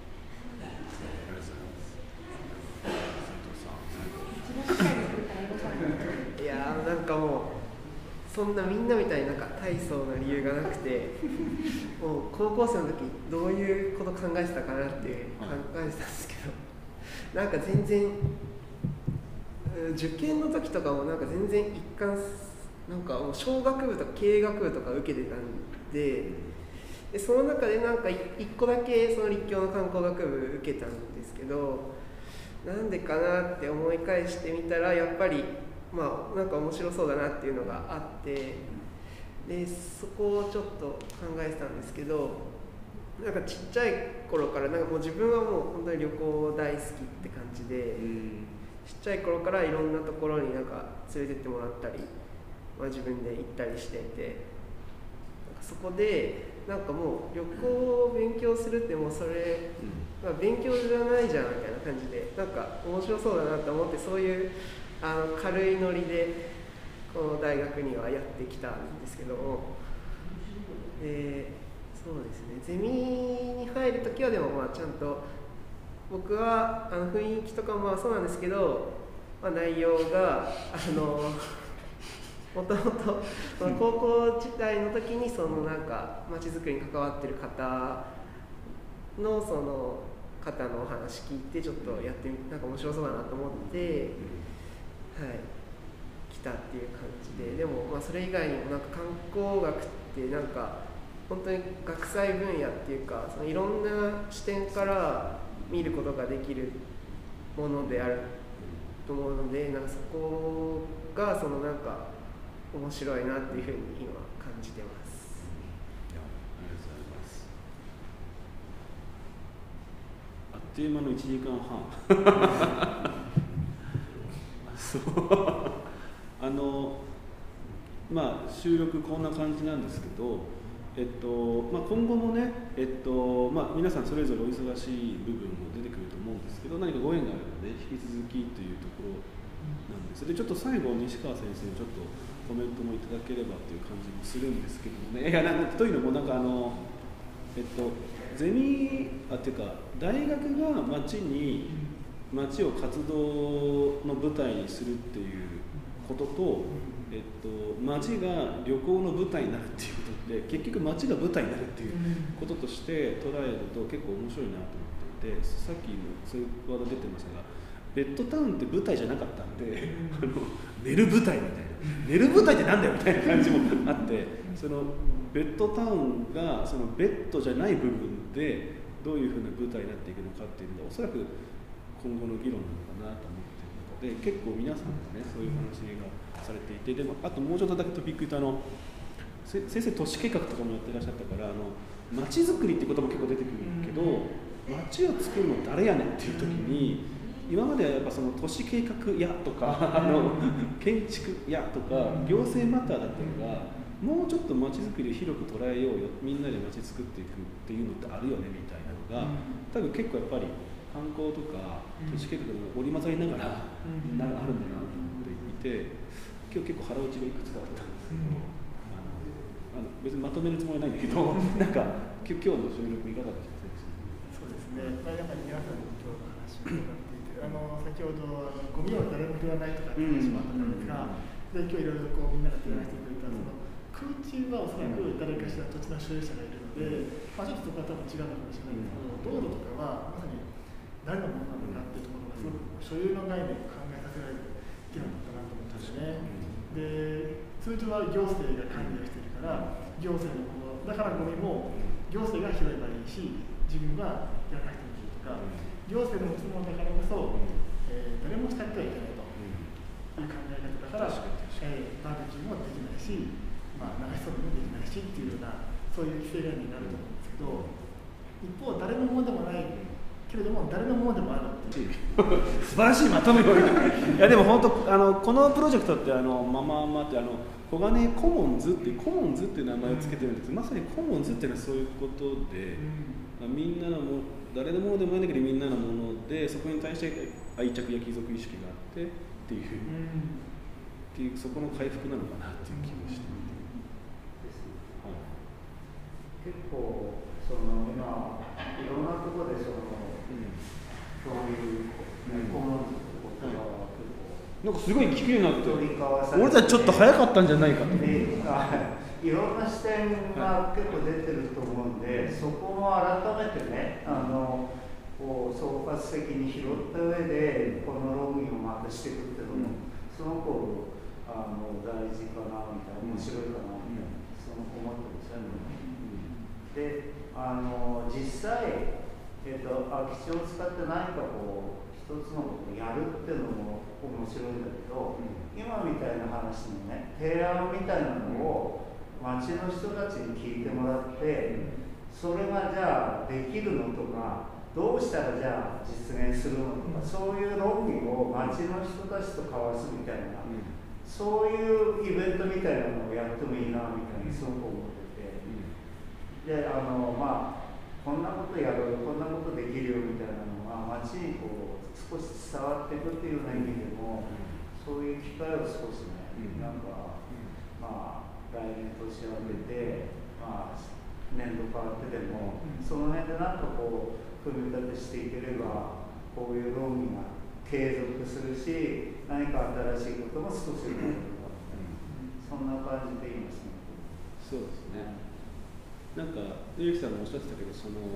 Speaker 6: いやー、なんかもうそんなみんなみたいになんか大層な理由がなくて、もう高校生の時どういうこと考えてたかなって考えてたんですけど、なんか全然受験の時とかもなんか全然一貫なんかもう商学部とか経営学部とか受けてたんで、でその中でなんか一個だけその立教の観光学部受けたんですけど、なんでかなって思い返してみたら、やっぱりまあなんか面白そうだなっていうのがあって、でそこをちょっと考えてたんですけど、なんかちっちゃい頃からなんかもう自分はもう本当に旅行大好きって感じで、うん、ちっちゃい頃からいろんなところになんか連れてってもらったり、まあ、自分で行ったりしていて、なんかそこでなんかもう旅行を勉強するってもうそれ、まあ、勉強じゃないじゃんみたいな感じでなんか面白そうだなと思ってそういうあの軽いノリでこの大学にはやってきたんですけども、えー、そうですねゼミに入るときはでもまあちゃんと僕はあの雰囲気とかもまあそうなんですけど、まあ、内容があのもともと高校時代の時にそのなんか街づくりに関わってる方のその方のお話聞いてちょっとやってみなんか面白そうだなと思って、はい、来たっていう感じで、でもまあそれ以外にもなんか観光学ってなんか本当に学際分野っていうかそのいろんな視点から見ることができるものであると思うので、なんかそこがそのなんか面白いなっていうふうに今感じてます。
Speaker 1: いや、ありがとうございます。あっという間のいちじかんはんそうあのまあ収録こんな感じなんですけど、えっとまあ、今後もね、えっとまあ、皆さんそれぞれお忙しい部分も出てくると思うんですけど、何かご縁があればね引き続きというところなんです。でちょっと最後西川先生にちょっとコメントもいただければという感じもするんですけどもね。いやなんかというのもなんかあのえっとゼミあっていうか大学が町に町を活動の舞台にするっていうことと、えっと町が旅行の舞台になるっていうことで結局町が舞台になるっていうこととして捉えると結構面白いなと思っていて、さっきもそういうワード出てましたが、ベッドタウンって舞台じゃなかったんで、あの寝る舞台みたいな、寝る舞台ってなんだよみたいな感じもあって、そのベッドタウンがそのベッドじゃない部分でどういうふうな舞台になっていくのかっていうのがおそらく今後の議論なのかなと思っているので、結構皆さんがねそういう話がされていて、でもあともうちょっとだけトピック言うと、あの先生都市計画とかもやってらっしゃったから、あの街づくりっていうことも結構出てくるけど、街を作るの誰やねんっていう時に、今まではやっぱその都市計画屋とかあの建築屋とか行政マターだったのが、もうちょっと街づくりを広く捉えようよ、みんなで街作っていくっていうのってあるよねみたいなのが、多分結構やっぱり観光とか都市計画の織り交ざりながら、うん、なあるんだなと思っていて、今日結構腹落ちがいくつかあったんですけど、うん、あのあの別にまとめるつもりはないんだけどなんか今日の収録いかがでしたか？
Speaker 4: そうですね、まあ、やっぱり皆さんに今日の話を伺っていて、あの先ほどあのゴミを誰も拾わないとかって話もあったんですが、うん、で今日いろいろこうみんなが提案してくれた、その空中はおそらく誰かしら土地の所有者がいるので、まあ、ちょっとそこは多分違うのかもしれないですけど、道路とかはまさに誰のものなのかっていうところがすごく所有の概念を考えさせられる議論だったなと思ったんですね。で通常は行政が管理をしているから行政のものだからゴミも行政が拾えばいいし自分がやらなくてもいいとか、行政の持つものだからこそ、えー、誰も使ってはいけないという考え方だから、えー、バーベキューもできないし、まあ、流しそうめんもできないしっていうようなそういう規制概念になると思うんですけど、一方誰のものでもないけれども誰のものでもあるっていう
Speaker 1: 素晴らしいまとめをいやでも本当あのこのプロジェクトってあのマママってあの小金コモンズってコモンズっていう名前をつけてるんですけど、まさにコモンズっていうのはそういうことで、うん、みんなのも誰のものでもないんだけどみんなのものでそこに対して愛着や貴族意識があってっていう、うん、っていうそこの回復なのかなっていう気もして、はい、
Speaker 3: 結構その今いろんなところでそのそういうコモンズってことが結構
Speaker 1: なんかすごい聞くようになって俺たちちょっと早かったんじゃないかと
Speaker 3: いろんな視点が結構出てると思うんで、そこも改めてねあのこう総括的に拾った上でこの論議をまたしていくっていうのも、うん、すごくあの大事かなみたいな面白いかなみたいな、うん、その思ってますよね、うん、であの実際えー、と空き地を使って何かこう一つのことをやるっていうのも面白いんだけど、うん、今みたいな話のね提案みたいなのを町の人たちに聞いてもらって、うん、それがじゃあできるのとかどうしたらじゃあ実現するのとか、うん、そういう論議を町の人たちと交わすみたいな、うん、そういうイベントみたいなのをやってもいいなみたいにすごく思ってて、 であのまあこんなことやろうこんなことできるよみたいなのが街にこう少し伝わっていくっていうような意味でも、そういう機会を少しね、なんか、まあ来年年明けて、まあ年度変わってでも、その辺でなんかこう組み立てしていければ、こういう論議が継続するし、何か新しいことも少し生まれるか、そんな感じでいいますね。
Speaker 1: そうですね。なんかゆきさんもおっしゃってたけど、その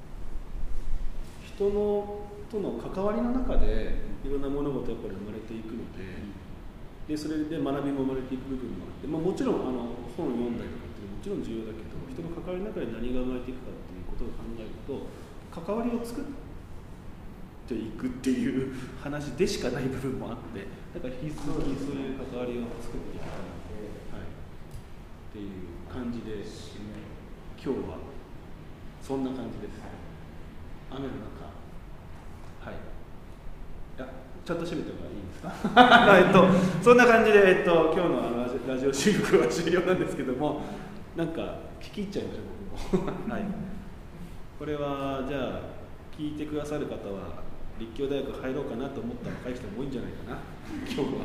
Speaker 1: 人のとの関わりの中でいろんな物事やっぱり生まれていくので、でそれで学びも生まれていく部分もあって、まあ、もちろんあの本を読んだりとかってもちろん重要だけど、人の関わりの中で何が生まれていくかっていうことを考えると、関わりを作っていくっていう話でしかない部分もあって、だから引き続きそういう関わりを作っていきたいな、はい、っていう感じで、今日はそんな感じです。雨の中、はい。いや、ちゃんと閉めてもらいいですか。えっと、そんな感じで、えっと、今日のあのラジオ収録は終了なんですけども、なんか聞き入っちゃいました僕も。はい。これはじゃあ聞いてくださる方は立教大学入ろうかなと思った若い人も多いんじゃないかな。今日は。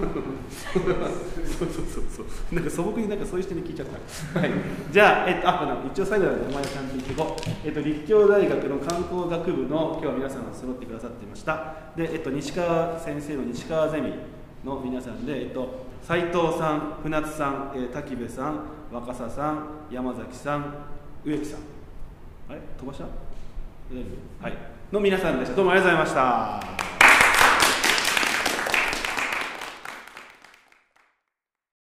Speaker 1: そうそうそうそう。なんか素朴になんかそういう人に聞いちゃった。はい。じゃあえっとあ一応最後まで名前をちゃんと言っていこう。えっと立教大学の観光学部の今日は皆さんが揃ってくださっていました。でえっと西川先生の西川ゼミの皆さんでえっと斉藤さん、船津さん、えー、滝部さん、若狭さん、山崎さん、植木さん。あれ飛ばした？大丈夫？はい。の皆さんでした。どうもありがとうございました。